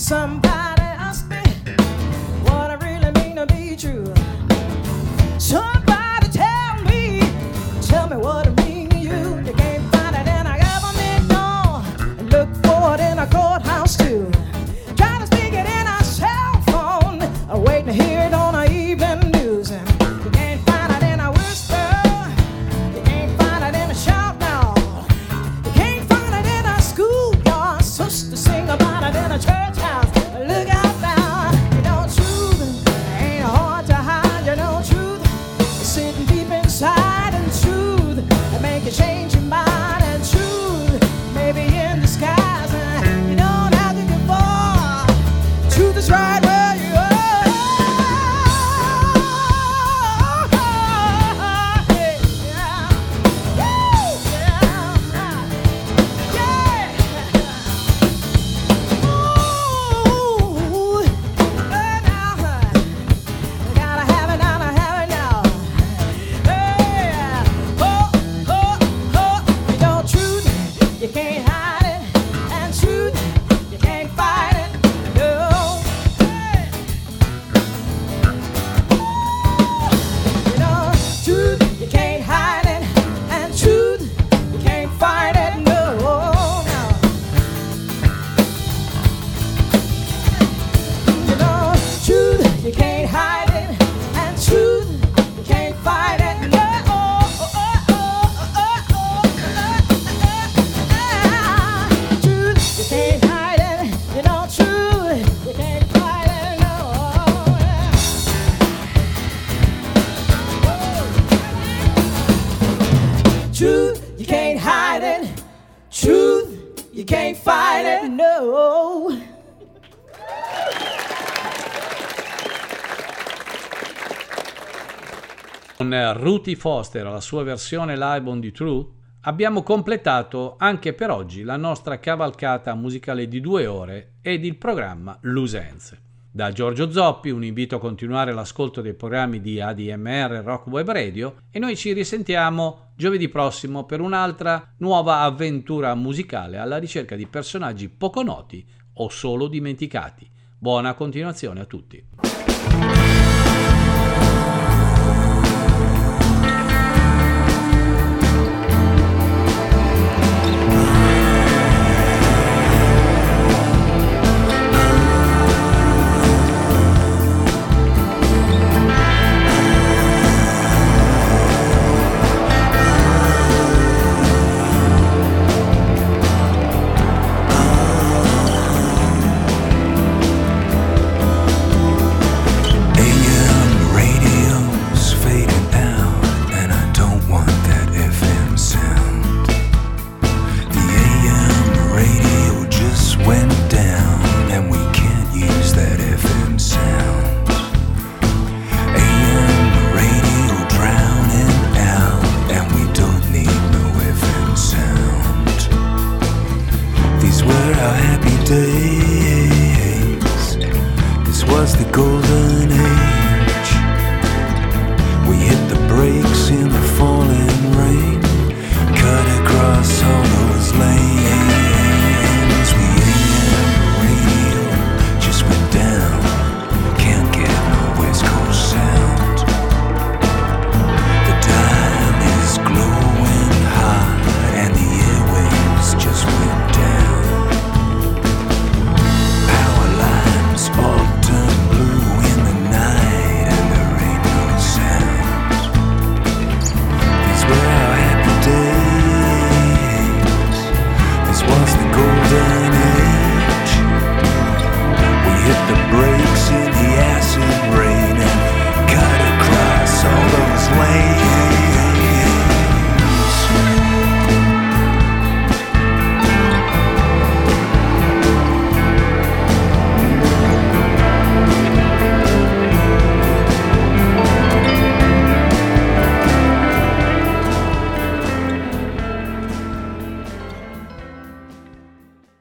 Speaker 11: Somebody asked me what I really mean to be true. Somebody tell me, tell me what I mean to you. You can't find it in a government door, and look for it in a courthouse too. Try to speak it in a cell phone, waiting to hear it on a evening news. And you can't find it in a whisper, you can't find it in a shout now. You can't find it in a schoolyard, sister sing about it in a church house. Look out now, you know truth ain't hard to hide. You know truth is sitting deep inside, and truth will make you change your mind. And truth may be in disguise, and you don't have to get far. Truth is right where you are. Yeah, yeah. Woo, yeah, yeah. Ooh, hey, now, you gotta have it now, now have it now. Hey, oh, oh, oh, you know truth, you can't hide it, and truth, you can't fight it, no. Hey. You know truth, you can't hide it, and truth, you can't fight it, no, no. You know, truth, you can't hide it, and truth, you can't fight it. No. Truth, you can't hide it. You know, truth, you can't fight it. No. Truth, you can't hide it. Truth, you can't fight it. No.
Speaker 2: Con Ruthie Foster, la sua versione live on The True, abbiamo completato anche per oggi la nostra cavalcata musicale di due ore ed il programma Lusenze. Da Giorgio Zoppi un invito a continuare l'ascolto dei programmi di A D M R Rock Web Radio e noi ci risentiamo giovedì prossimo per un'altra nuova avventura musicale alla ricerca di personaggi poco noti o solo dimenticati. Buona continuazione a tutti.
Speaker 12: days. This was the golden age.